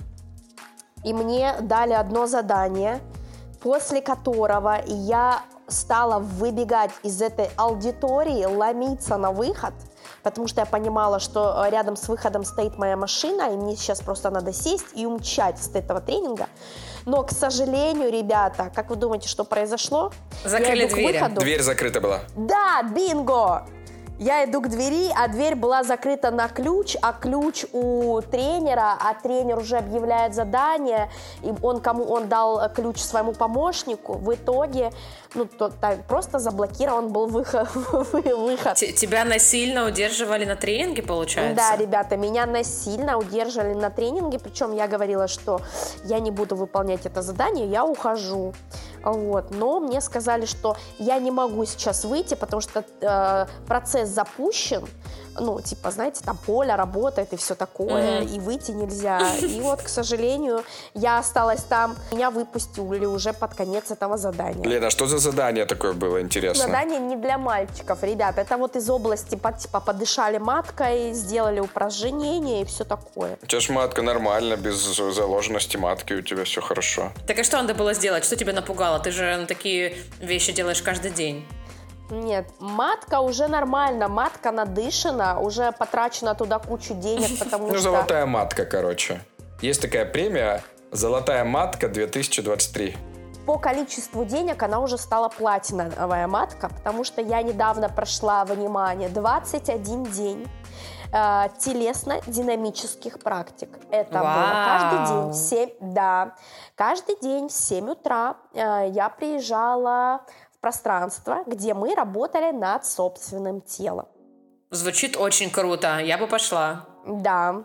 и мне дали одно задание, после которого я стала выбегать из этой аудитории, ломиться на выход, потому что я понимала, что рядом с выходом стоит моя машина, и мне сейчас просто надо сесть и умчать с этого тренинга. Но, к сожалению, ребята, как вы думаете, что произошло? Закрыли двери. Дверь закрыта была. Да, бинго! Я иду к двери, а дверь была закрыта на ключ, а ключ у тренера, а тренер уже объявляет задание, и он кому он дал ключ своему помощнику. В итоге, ну, то, так, просто заблокирован был выход. выход. Тебя насильно удерживали на тренинге, получается? Да, ребята, меня насильно удерживали на тренинге, причем я говорила, что я не буду выполнять это задание, я ухожу. Вот. Но мне сказали, что я не могу сейчас выйти, потому что э, процесс запущен, ну, типа, знаете, там поле работает и все такое, mm-hmm. и выйти нельзя. И вот, к сожалению, я осталась там, меня выпустили уже под конец этого задания. Лена, что за задание такое было, интересно? Задание не для мальчиков, ребят, это вот из области, типа, подышали маткой, сделали упражнения и все такое. У тебя ж матка нормально, без заложенности матки, у тебя все хорошо. Так и что надо было сделать? Что тебя напугало? Ты же такие вещи делаешь каждый день. Нет, матка уже нормально, матка надышана, уже потрачено туда кучу денег, потому ну, что... Ну, золотая матка, короче. Есть такая премия «Золотая матка две тысячи двадцать три». По количеству денег она уже стала платиновая матка, потому что я недавно прошла, внимание, двадцать один день э, телесно-динамических практик. Это Вау. было каждый день в семь, да, каждый день в семь утра э, я приезжала пространство, где мы работали над собственным телом. Звучит очень круто, я бы пошла. Да.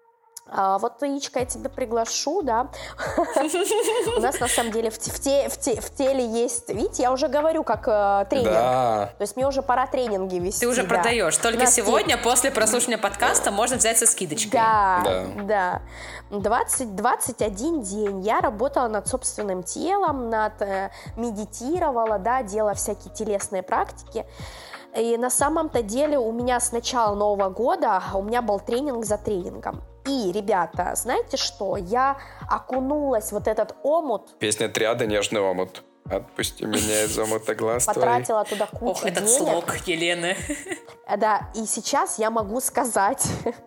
А вот, Яичко, я тебя приглашу, да. У нас, на самом деле, в теле есть... Видите, я уже говорю как тренер. Да. То есть мне уже пора тренинги вести. Ты уже продаешь. Только сегодня, после прослушивания подкаста, можно взять со скидочкой. Да, да. двадцать, двадцать один день я работала над собственным телом, над, медитировала, да, делала всякие телесные практики. И на самом-то деле у меня с начала Нового года у меня был тренинг за тренингом. И, ребята, знаете что? Я окунулась в вот этот омут. Песня «Триада. Нежный омут». Отпусти меня из омута глаз твоих. Потратила туда кучу Ох, этот денег. слог Елены. Да, и сейчас я могу сказать...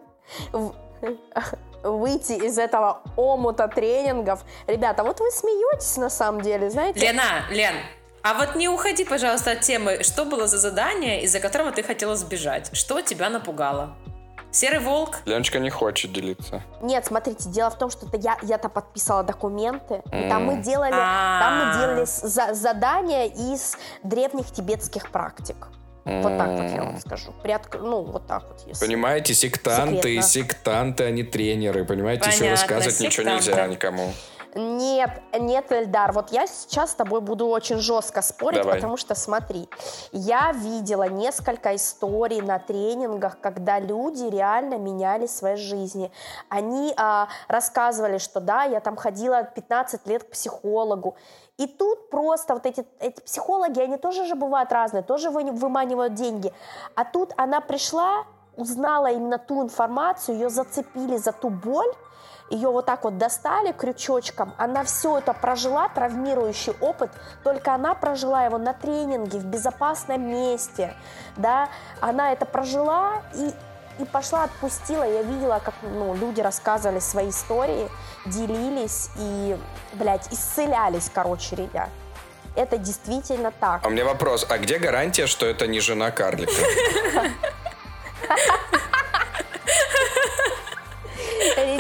выйти из этого омута тренингов. Ребята, вот вы смеетесь на самом деле, знаете? Лена, Лен, а вот не уходи, пожалуйста, от темы. Что было за задание, из-за которого ты хотела сбежать? Что тебя напугало? Серый волк? Леночка не хочет делиться. Нет, смотрите, дело в том, что это я, я-то подписала документы. Mm. И там мы делали, А-а-а. там мы делали за, задания из древних тибетских практик. Mm. Вот так вот я вам скажу. Приотк... Ну, вот так вот. Если... Понимаете, сектанты, секретно. сектанты, а не тренеры. Понимаете, Понятно, еще рассказывать ничего сектанты. нельзя никому. Нет, нет, Эльдар, вот я сейчас с тобой буду очень жестко спорить, Давай. Потому что, смотри, я видела несколько историй на тренингах, когда люди реально меняли свои жизни. Они а, рассказывали, что да, я там ходила пятнадцать лет к психологу, и тут просто вот эти, эти психологи, они тоже же бывают разные, тоже вы, выманивают деньги, а тут она пришла, узнала именно ту информацию, ее зацепили за ту боль, ее вот так вот достали крючочком, она все это прожила, травмирующий опыт, только она прожила его на тренинге, в безопасном месте, да, она это прожила и, и пошла, отпустила, я видела, как, ну, люди рассказывали свои истории, делились и, блядь, исцелялись, короче, ребят. Это действительно так. А у меня вопрос, а где гарантия, что это не жена карлика?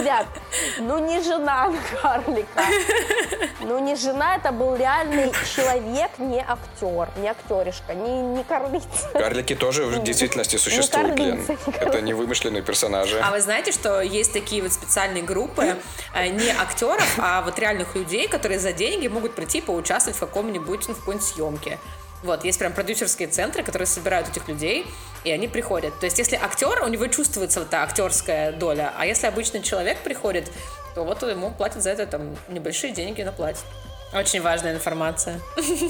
Ребят, ну не жена карлика. Ну не жена, это был реальный человек, не актер, не актеришка, не, не карлица. Карлики тоже в действительности существуют, Лен. Это не вымышленные персонажи. А вы знаете, что есть такие вот специальные группы не актеров, а вот реальных людей, которые за деньги могут прийти поучаствовать в каком-нибудь, ну, в какой-нибудь съемке. Вот, есть прям продюсерские центры, которые собирают этих людей, и они приходят. То есть, если актер, у него чувствуется вот эта актерская доля, а если обычный человек приходит, то вот ему платят за это там небольшие деньги, но платят. Очень важная информация.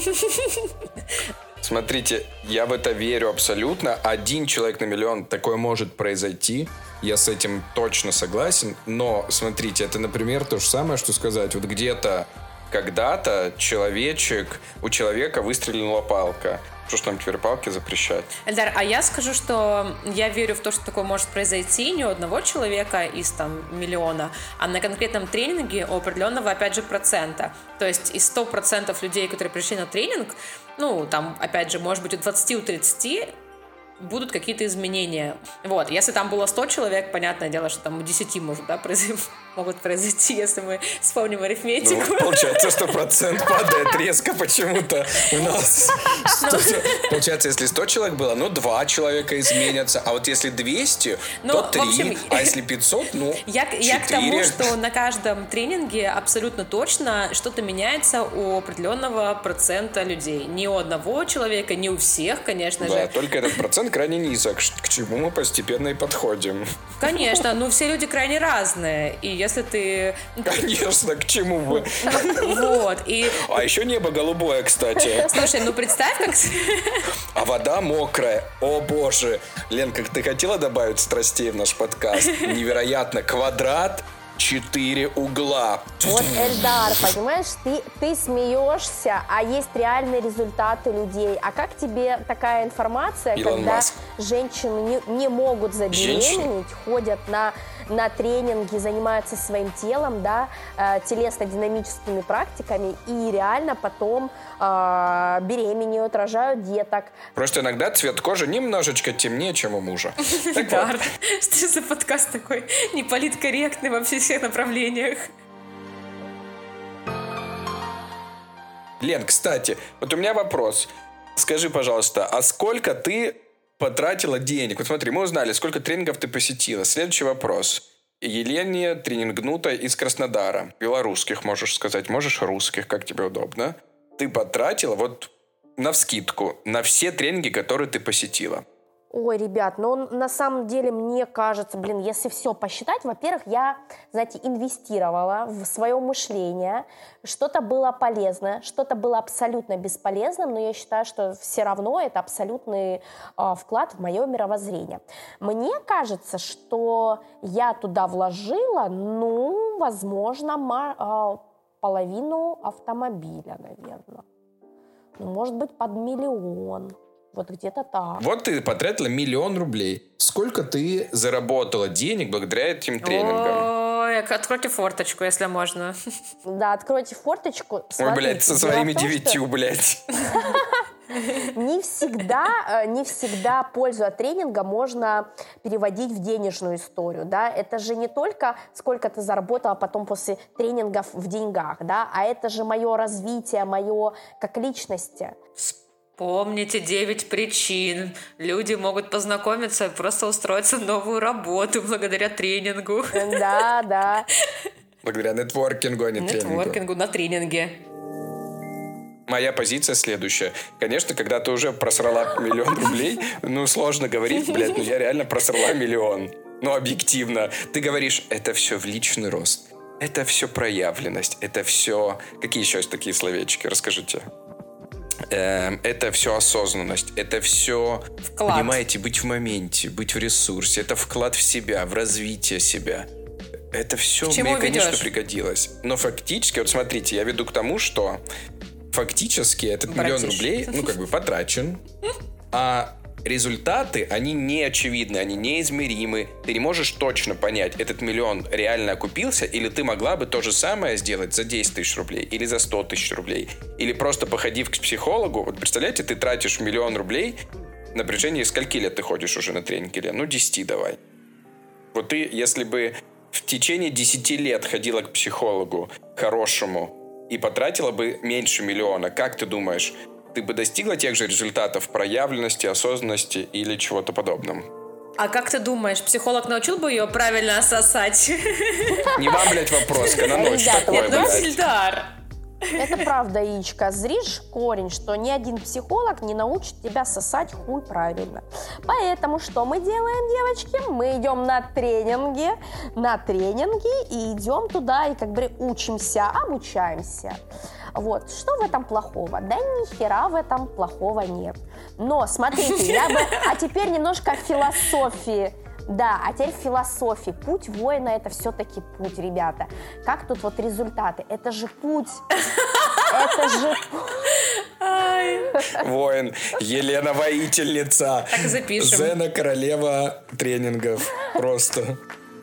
Смотрите, я в это верю абсолютно. Один человек на миллион, такое может произойти. Я с этим точно согласен. Но, смотрите, это, например, то же самое, что сказать. Вот где-то, когда-то человечек, у человека выстрелила палка. Что ж нам теперь палки запрещать? Эльдар, а я скажу, что я верю в то, что такое может произойти не у одного человека из там миллиона, а на конкретном тренинге у определенного, опять же, процента. То есть из ста процентов людей, которые пришли на тренинг, ну, там, опять же, может быть, у двадцати, у тридцати будут какие-то изменения. Вот, если там было сто человек, понятное дело, что там у десяти может, да, произойти, могут произойти, если мы вспомним арифметику. Ну, получается, что процент падает резко почему-то у нас. Получается, если сто человек было, ну, два человека изменятся, а вот если двести, ну, то три, общем, а если пятьсот, ну, я, четыре. Я к тому, что на каждом тренинге абсолютно точно что-то меняется у определенного процента людей. Не у одного человека, не у всех, конечно да, же. Да, только этот процент крайне низок, к чему мы постепенно и подходим. Конечно, но все люди крайне разные, и если ты... Конечно, к чему вы? Вот, и... А еще небо голубое, кстати. Слушай, ну представь, как... А вода мокрая. О, боже. Лен, как ты хотела добавить страстей в наш подкаст? Невероятно. Квадрат, четыре угла. Вот, Эльдар, понимаешь, ты, ты смеешься, а есть реальные результаты людей. А как тебе такая информация, Илон когда Маск. женщины не, не могут забеременеть, Женщины? ходят на, на тренинги, занимаются своим телом, да, э, телесно-динамическими практиками и реально потом э, беременеют, рожают деток. Просто иногда цвет кожи немножечко темнее, чем у мужа. Да, что за подкаст такой неполиткорректный во всех направлениях? Лен, кстати, вот у меня вопрос. Скажи, пожалуйста, а сколько ты потратила денег? Вот смотри, мы узнали, сколько тренингов ты посетила. Следующий вопрос. Елене тренингнутой из Краснодара. Белорусских, можешь сказать. Можешь русских, как тебе удобно. Ты потратила вот навскидку на все тренинги, которые ты посетила. Ой, ребят, ну на самом деле мне кажется, блин, если все посчитать, во-первых, я, знаете, инвестировала в свое мышление, что-то было полезное, что-то было абсолютно бесполезным, но я считаю, что все равно это абсолютный э, вклад в мое мировоззрение. Мне кажется, что я туда вложила, ну, возможно, ма- э, половину автомобиля, наверное. Ну, может быть, под миллион. Вот где-то так. Вот ты потратила миллион рублей. Сколько ты заработала денег благодаря этим тренингам? Ой, откройте форточку, если можно. Да, откройте форточку. Ой, блядь, со своими девятью, блядь. Не всегда, не всегда пользу от тренинга можно переводить в денежную историю, да, это же не только сколько ты заработала потом после тренингов в деньгах, да, а это же мое развитие, мое как личности. Помните девять причин. Люди могут познакомиться и просто устроиться в новую работу благодаря тренингу. Да, да. Благодаря нетворкингу, а не тренингу. Нетворкингу на тренинге. Моя позиция следующая. Конечно, когда ты уже просрала миллион рублей, ну, сложно говорить, блядь, ну, я реально просрала миллион. Ну, объективно. Ты говоришь, это все в личный рост. Это все проявленность. Это все... Какие еще есть такие словечки? Расскажите. Эм, это все осознанность, это все, вклад. Понимаете, быть в моменте, быть в ресурсе, это вклад в себя, в развитие себя. Это все мне, ведешь? Конечно, пригодилось. Но фактически, вот смотрите, я веду к тому, что фактически этот Братиш. миллион рублей, ну, как бы потрачен, а результаты, они не очевидны, они неизмеримы. Ты не можешь точно понять, этот миллион реально окупился, или ты могла бы то же самое сделать за десять тысяч рублей, или за сто тысяч рублей, или просто походив к психологу. Вот представляете, ты тратишь миллион рублей, на протяжении скольки лет ты ходишь уже на тренинги? Ну, десяти давай. Вот ты, если бы в течение десяти лет ходила к психологу хорошему и потратила бы меньше миллиона, как ты думаешь, ты бы достигла тех же результатов проявленности, осознанности или чего-то подобного? А как ты думаешь, психолог научил бы ее правильно сосать? Не вам, блядь, вопрос, Кананоч, такой, блядь. Ильдар. Это правда, яичко. Зришь корень, что ни один психолог не научит тебя сосать хуй правильно. Поэтому что мы делаем, девочки? Мы идем на тренинги, на тренинги и идем туда и как бы учимся, обучаемся. Вот. Что в этом плохого? Да ни хера в этом плохого нет. Но, смотрите, я бы... А теперь немножко о философии. Да, а теперь философии. Путь воина – это все-таки путь, ребята. Как тут вот результаты? Это же путь. Это же... Воин. Елена воительница. Так и запишем. Зена королева тренингов. Просто.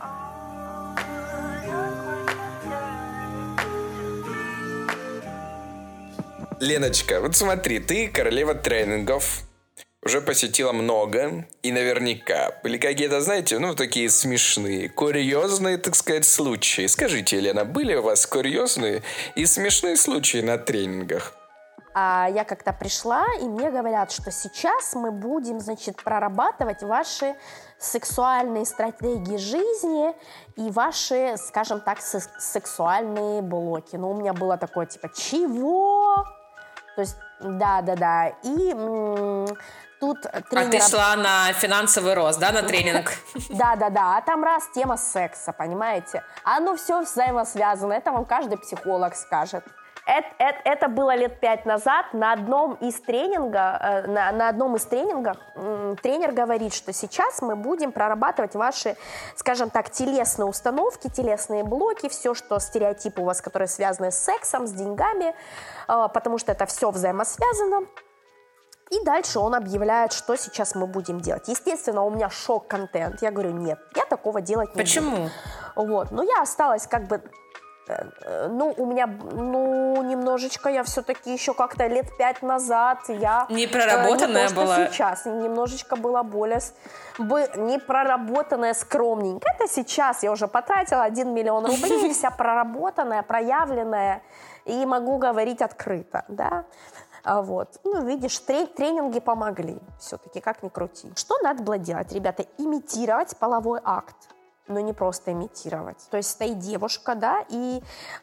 Леночка, вот смотри, ты королева тренингов. Уже посетила много, и наверняка были какие-то, знаете, ну, такие смешные, курьезные, так сказать, случаи. Скажите, Елена, были у вас курьезные и смешные случаи на тренингах? А я как-то пришла, и мне говорят, что сейчас мы будем, значит, прорабатывать ваши сексуальные стратегии жизни и ваши, скажем так, сексуальные блоки. Ну, у меня было такое, типа, чего? То есть, да-да-да. И м- тут тренер... А ты шла на финансовый рост, да, на тренинг? Да-да-да. А там раз тема секса, понимаете? Оно все взаимосвязано. Это вам каждый психолог скажет. Это, это, это было лет пять назад. На одном из тренинга, на, на одном из тренингов тренер говорит, что сейчас мы будем прорабатывать ваши, скажем так, телесные установки, телесные блоки, все, что стереотипы у вас, которые связаны с сексом, с деньгами, потому что это все взаимосвязано. И дальше он объявляет, что сейчас мы будем делать. Естественно, у меня шок-контент. Я говорю, нет, я такого делать не Почему? буду. Почему? Вот. Но я осталась как бы... Ну, у меня, ну, немножечко, я все-таки еще как-то лет пять назад, я... Не проработанная э, не то, была? Сейчас, немножечко была более... Не проработанная, скромненькая. Это сейчас я уже потратила один миллион рублей, вся проработанная, проявленная, и могу говорить открыто, да. Вот. Ну, видишь, тренинги помогли все-таки, как ни крути. Что надо было делать, ребята? Имитировать половой акт. Но не просто имитировать. То есть стоит девушка, да, и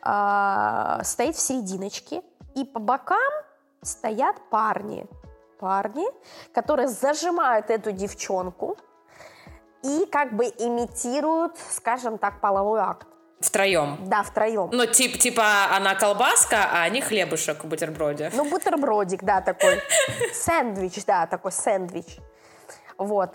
э, стоит в серединочке, и по бокам стоят парни. Парни, которые зажимают эту девчонку и как бы имитируют, скажем так, половой акт. Втроем? Да, втроем. Ну, тип, типа она колбаска, а они хлебушек в бутерброде. Ну, бутербродик, да, такой. Сэндвич, да, такой сэндвич. Вот.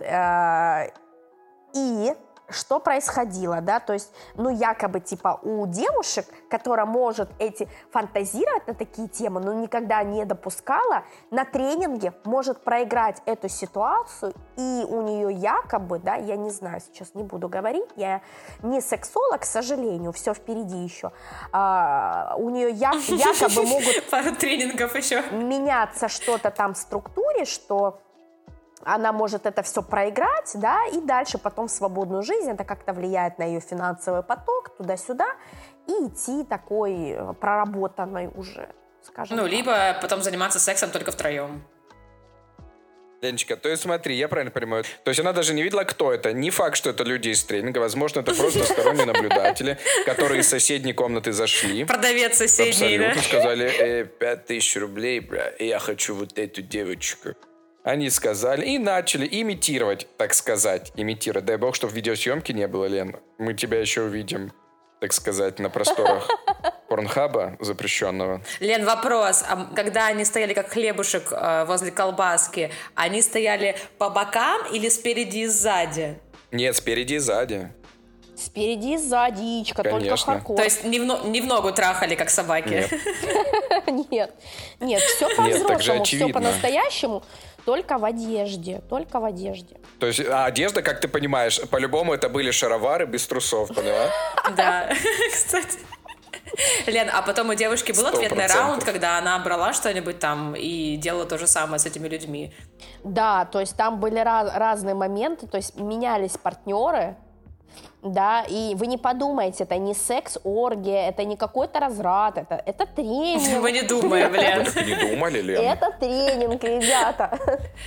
И... Что происходило, да, то есть, ну, якобы, типа, у девушек, которая может эти фантазировать на такие темы, но никогда не допускала, на тренинге может проиграть эту ситуацию, и у нее якобы, да, я не знаю, сейчас не буду говорить, я не сексолог, к сожалению, все впереди еще, а, у нее я, якобы могут пару тренингов еще меняться что-то там в структуре, что она может это все проиграть, да, и дальше потом в свободную жизнь это как-то влияет на ее финансовый поток туда-сюда и идти такой проработанной уже, скажем Ну, так. либо потом заниматься сексом только втроем. Леночка, то есть смотри, я правильно понимаю, то есть она даже не видела, кто это. Не факт, что это люди из тренинга, возможно, это просто сторонние наблюдатели, которые из соседней комнаты зашли. Продавец соседний, да? Абсолютно, сказали, э, пять тысяч рублей, бля, я хочу вот эту девочку. Они сказали и начали имитировать, так сказать, имитировать. Дай бог, чтобы видеосъемки не было, Лен. Мы тебя еще увидим, так сказать, на просторах порнхаба запрещенного. Лен, вопрос. А когда они стояли как хлебушек э, возле колбаски, они стояли по бокам или спереди и сзади? Нет, спереди и сзади. Спереди и сзади, яичко, только хардкор. То есть не в, но, не в ногу трахали, как собаки? Нет. Нет, нет, все по-взрослому, все по-настоящему. Только в одежде, только в одежде. То есть а одежда, как ты понимаешь, по-любому это были шаровары без трусов, поняла? Да, кстати. Лен, а потом у девушки был ответный раунд, когда она брала что-нибудь там и делала то же самое с этими людьми? Да, то есть там были раз, разные моменты, то есть менялись партнеры, Да, и вы не подумайте, это не секс-оргия, это не какой-то разврат, это, это тренинг. Мы не думаем, Лен. Не думали, Лен? Это тренинг, ребята.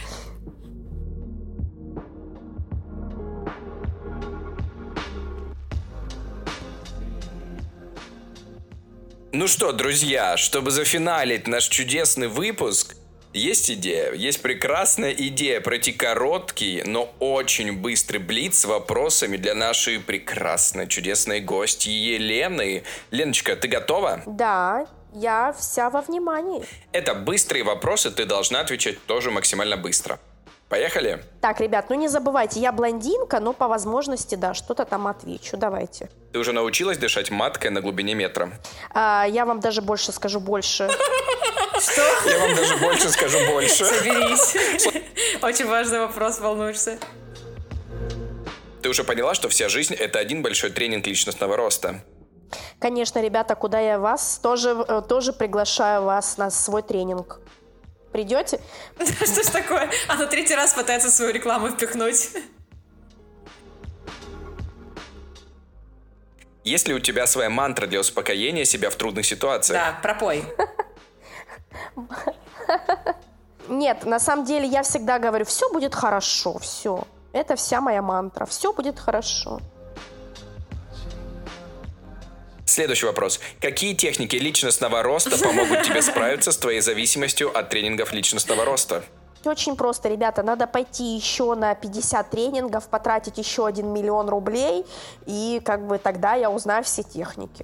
Ну что, друзья, чтобы зафиналить наш чудесный выпуск, есть идея, есть прекрасная идея пройти короткий, но очень быстрый блиц с вопросами для нашей прекрасной, чудесной гости Елены. Леночка, ты готова? Да, я вся во внимании. Это быстрые вопросы, ты должна отвечать тоже максимально быстро. Поехали? Так, ребят, ну не забывайте, я блондинка, но по возможности, да, что-то там отвечу. Давайте. Ты уже научилась дышать маткой на глубине метра? А, я вам даже больше скажу, больше. Что? Я вам даже больше скажу, больше. Соберись. Очень важный вопрос, волнуешься. Ты уже поняла, что вся жизнь — это один большой тренинг личностного роста? Конечно, ребята, куда я вас, тоже, тоже приглашаю вас на свой тренинг. Придете? Что ж такое? Она третий раз пытается свою рекламу впихнуть. Есть ли у тебя своя мантра для успокоения себя в трудных ситуациях? Да, пропой. Нет, на самом деле я всегда говорю, все будет хорошо, все. Это вся моя мантра, все будет хорошо. Следующий вопрос. Какие техники личностного роста помогут тебе справиться с твоей зависимостью от тренингов личностного роста? Очень просто, ребята, надо пойти еще на пятьдесят тренингов, потратить еще один миллион рублей, и как бы тогда я узнаю все техники.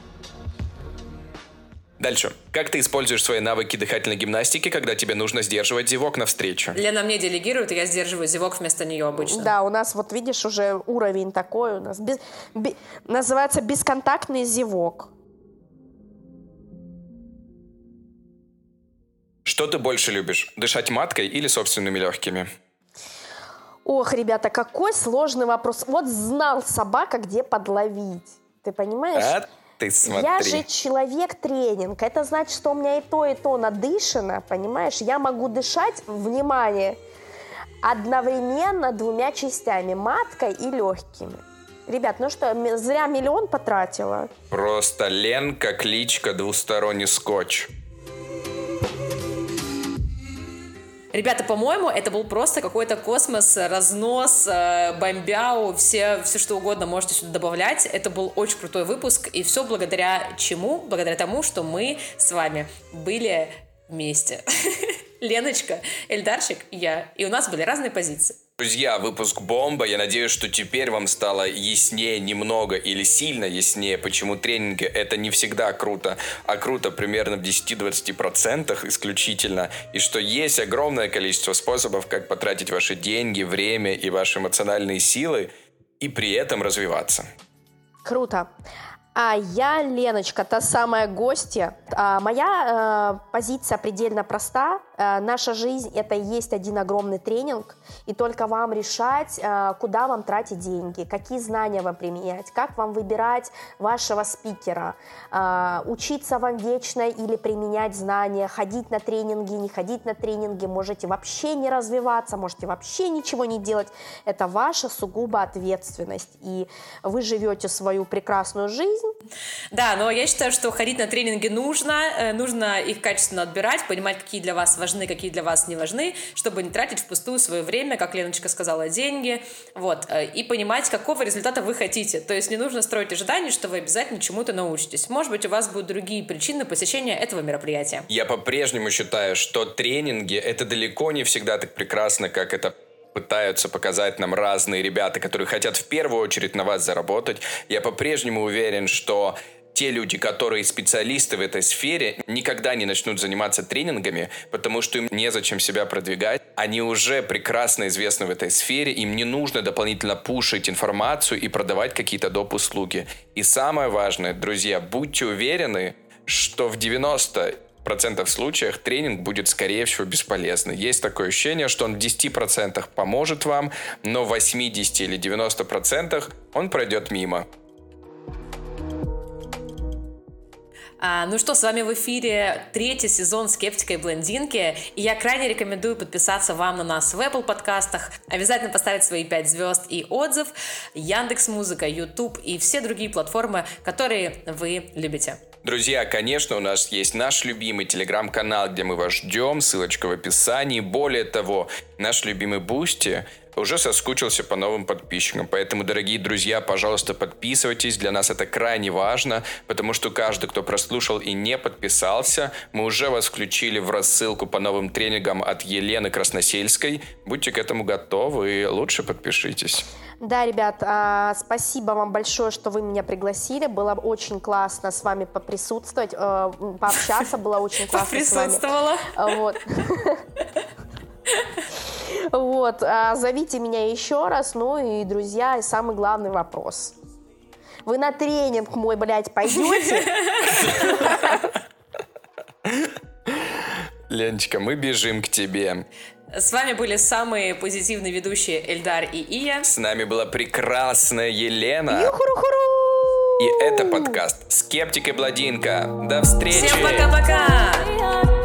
Дальше. Как ты используешь свои навыки дыхательной гимнастики, когда тебе нужно сдерживать зевок на встречу? Лена мне делегирует, и я сдерживаю зевок вместо нее обычно. Да, у нас, вот видишь, уже уровень такой у нас. Без, бе, называется бесконтактный зевок. Что ты больше любишь? Дышать маткой или собственными легкими? Ох, ребята, какой сложный вопрос. Вот знал собака, где подловить. Ты понимаешь? А ты смотри. Я же человек-тренинг. Это значит, что у меня и то, и то надышано, понимаешь? Я могу дышать, внимание, одновременно двумя частями, маткой и легкими. Ребят, ну что, зря миллион потратила? Просто Ленка, кличка, двусторонний скотч. Ребята, по-моему, это был просто какой-то космос, разнос, бомбяу, все, все что угодно можете сюда добавлять. Это был очень крутой выпуск, и все благодаря чему? Благодаря тому, что мы с вами были вместе. Леночка, Эльдарчик и я. И у нас были разные позиции. Друзья, выпуск бомба. Я надеюсь, что теперь вам стало яснее немного или сильно яснее, почему тренинги — это не всегда круто, а круто примерно в десять-двадцать процентов исключительно, и что есть огромное количество способов, как потратить ваши деньги, время и ваши эмоциональные силы и при этом развиваться. Круто. А я, Леночка, та самая гостья. А моя э, позиция предельно проста. Э, наша жизнь — это и есть один огромный тренинг, и только вам решать, э, куда вам тратить деньги, какие знания вам применять, как вам выбирать вашего спикера, э, учиться вам вечно или применять знания, ходить на тренинги, не ходить на тренинги, можете вообще не развиваться, можете вообще ничего не делать. Это ваша сугубо ответственность, и вы живете свою прекрасную жизнь. Да, но я считаю, что ходить на тренинги нужно, нужно их качественно отбирать, понимать, какие для вас важны, какие для вас не важны, чтобы не тратить впустую свое время, как Леночка сказала, деньги, вот, и понимать, какого результата вы хотите. То есть не нужно строить ожидания, что вы обязательно чему-то научитесь. Может быть, у вас будут другие причины посещения этого мероприятия. Я по-прежнему считаю, что тренинги — это далеко не всегда так прекрасно, как это пытаются показать нам разные ребята, которые хотят в первую очередь на вас заработать. Я по-прежнему уверен, что те люди, которые специалисты в этой сфере, никогда не начнут заниматься тренингами, потому что им незачем себя продвигать. Они уже прекрасно известны в этой сфере, им не нужно дополнительно пушить информацию и продавать какие-то доп. Услуги. И самое важное, друзья, будьте уверены, что в девяноста процентах случаях тренинг будет, скорее всего, бесполезный. Есть такое ощущение, что он в десяти процентах поможет вам, но в восьмидесяти или девяноста процентах он пройдет мимо. А, ну что, с вами в эфире третий сезон «Скептика и блондинки», и я крайне рекомендую подписаться вам на нас в Apple подкастах, обязательно поставить свои пять звезд и отзыв, Яндекс.Музыка, YouTube и все другие платформы, которые вы любите. Друзья, конечно, у нас есть наш любимый телеграм-канал, где мы вас ждем, ссылочка в описании. Более того, наш любимый Бусти уже соскучился по новым подписчикам. Поэтому, дорогие друзья, пожалуйста, подписывайтесь. Для нас это крайне важно, потому что каждый, кто прослушал и не подписался, мы уже вас включили в рассылку по новым тренингам от Елены Красносельской. Будьте к этому готовы, лучше подпишитесь. Да, ребят, а, спасибо вам большое, что вы меня пригласили. Было очень классно с вами поприсутствовать, э, пообщаться. Было очень классно с вами. Поприсутствовала. Вот. Вот, а, зовите меня еще раз. Ну и, друзья, самый главный вопрос. Вы на тренинг мой, блядь, пойдете? Леночка, мы бежим к тебе. С вами были самые позитивные ведущие Эльдар и Ия. С нами была прекрасная Елена. Ю-ху-ру-ху-ру! И это подкаст «Скептик и блондинка». До встречи! Всем пока-пока!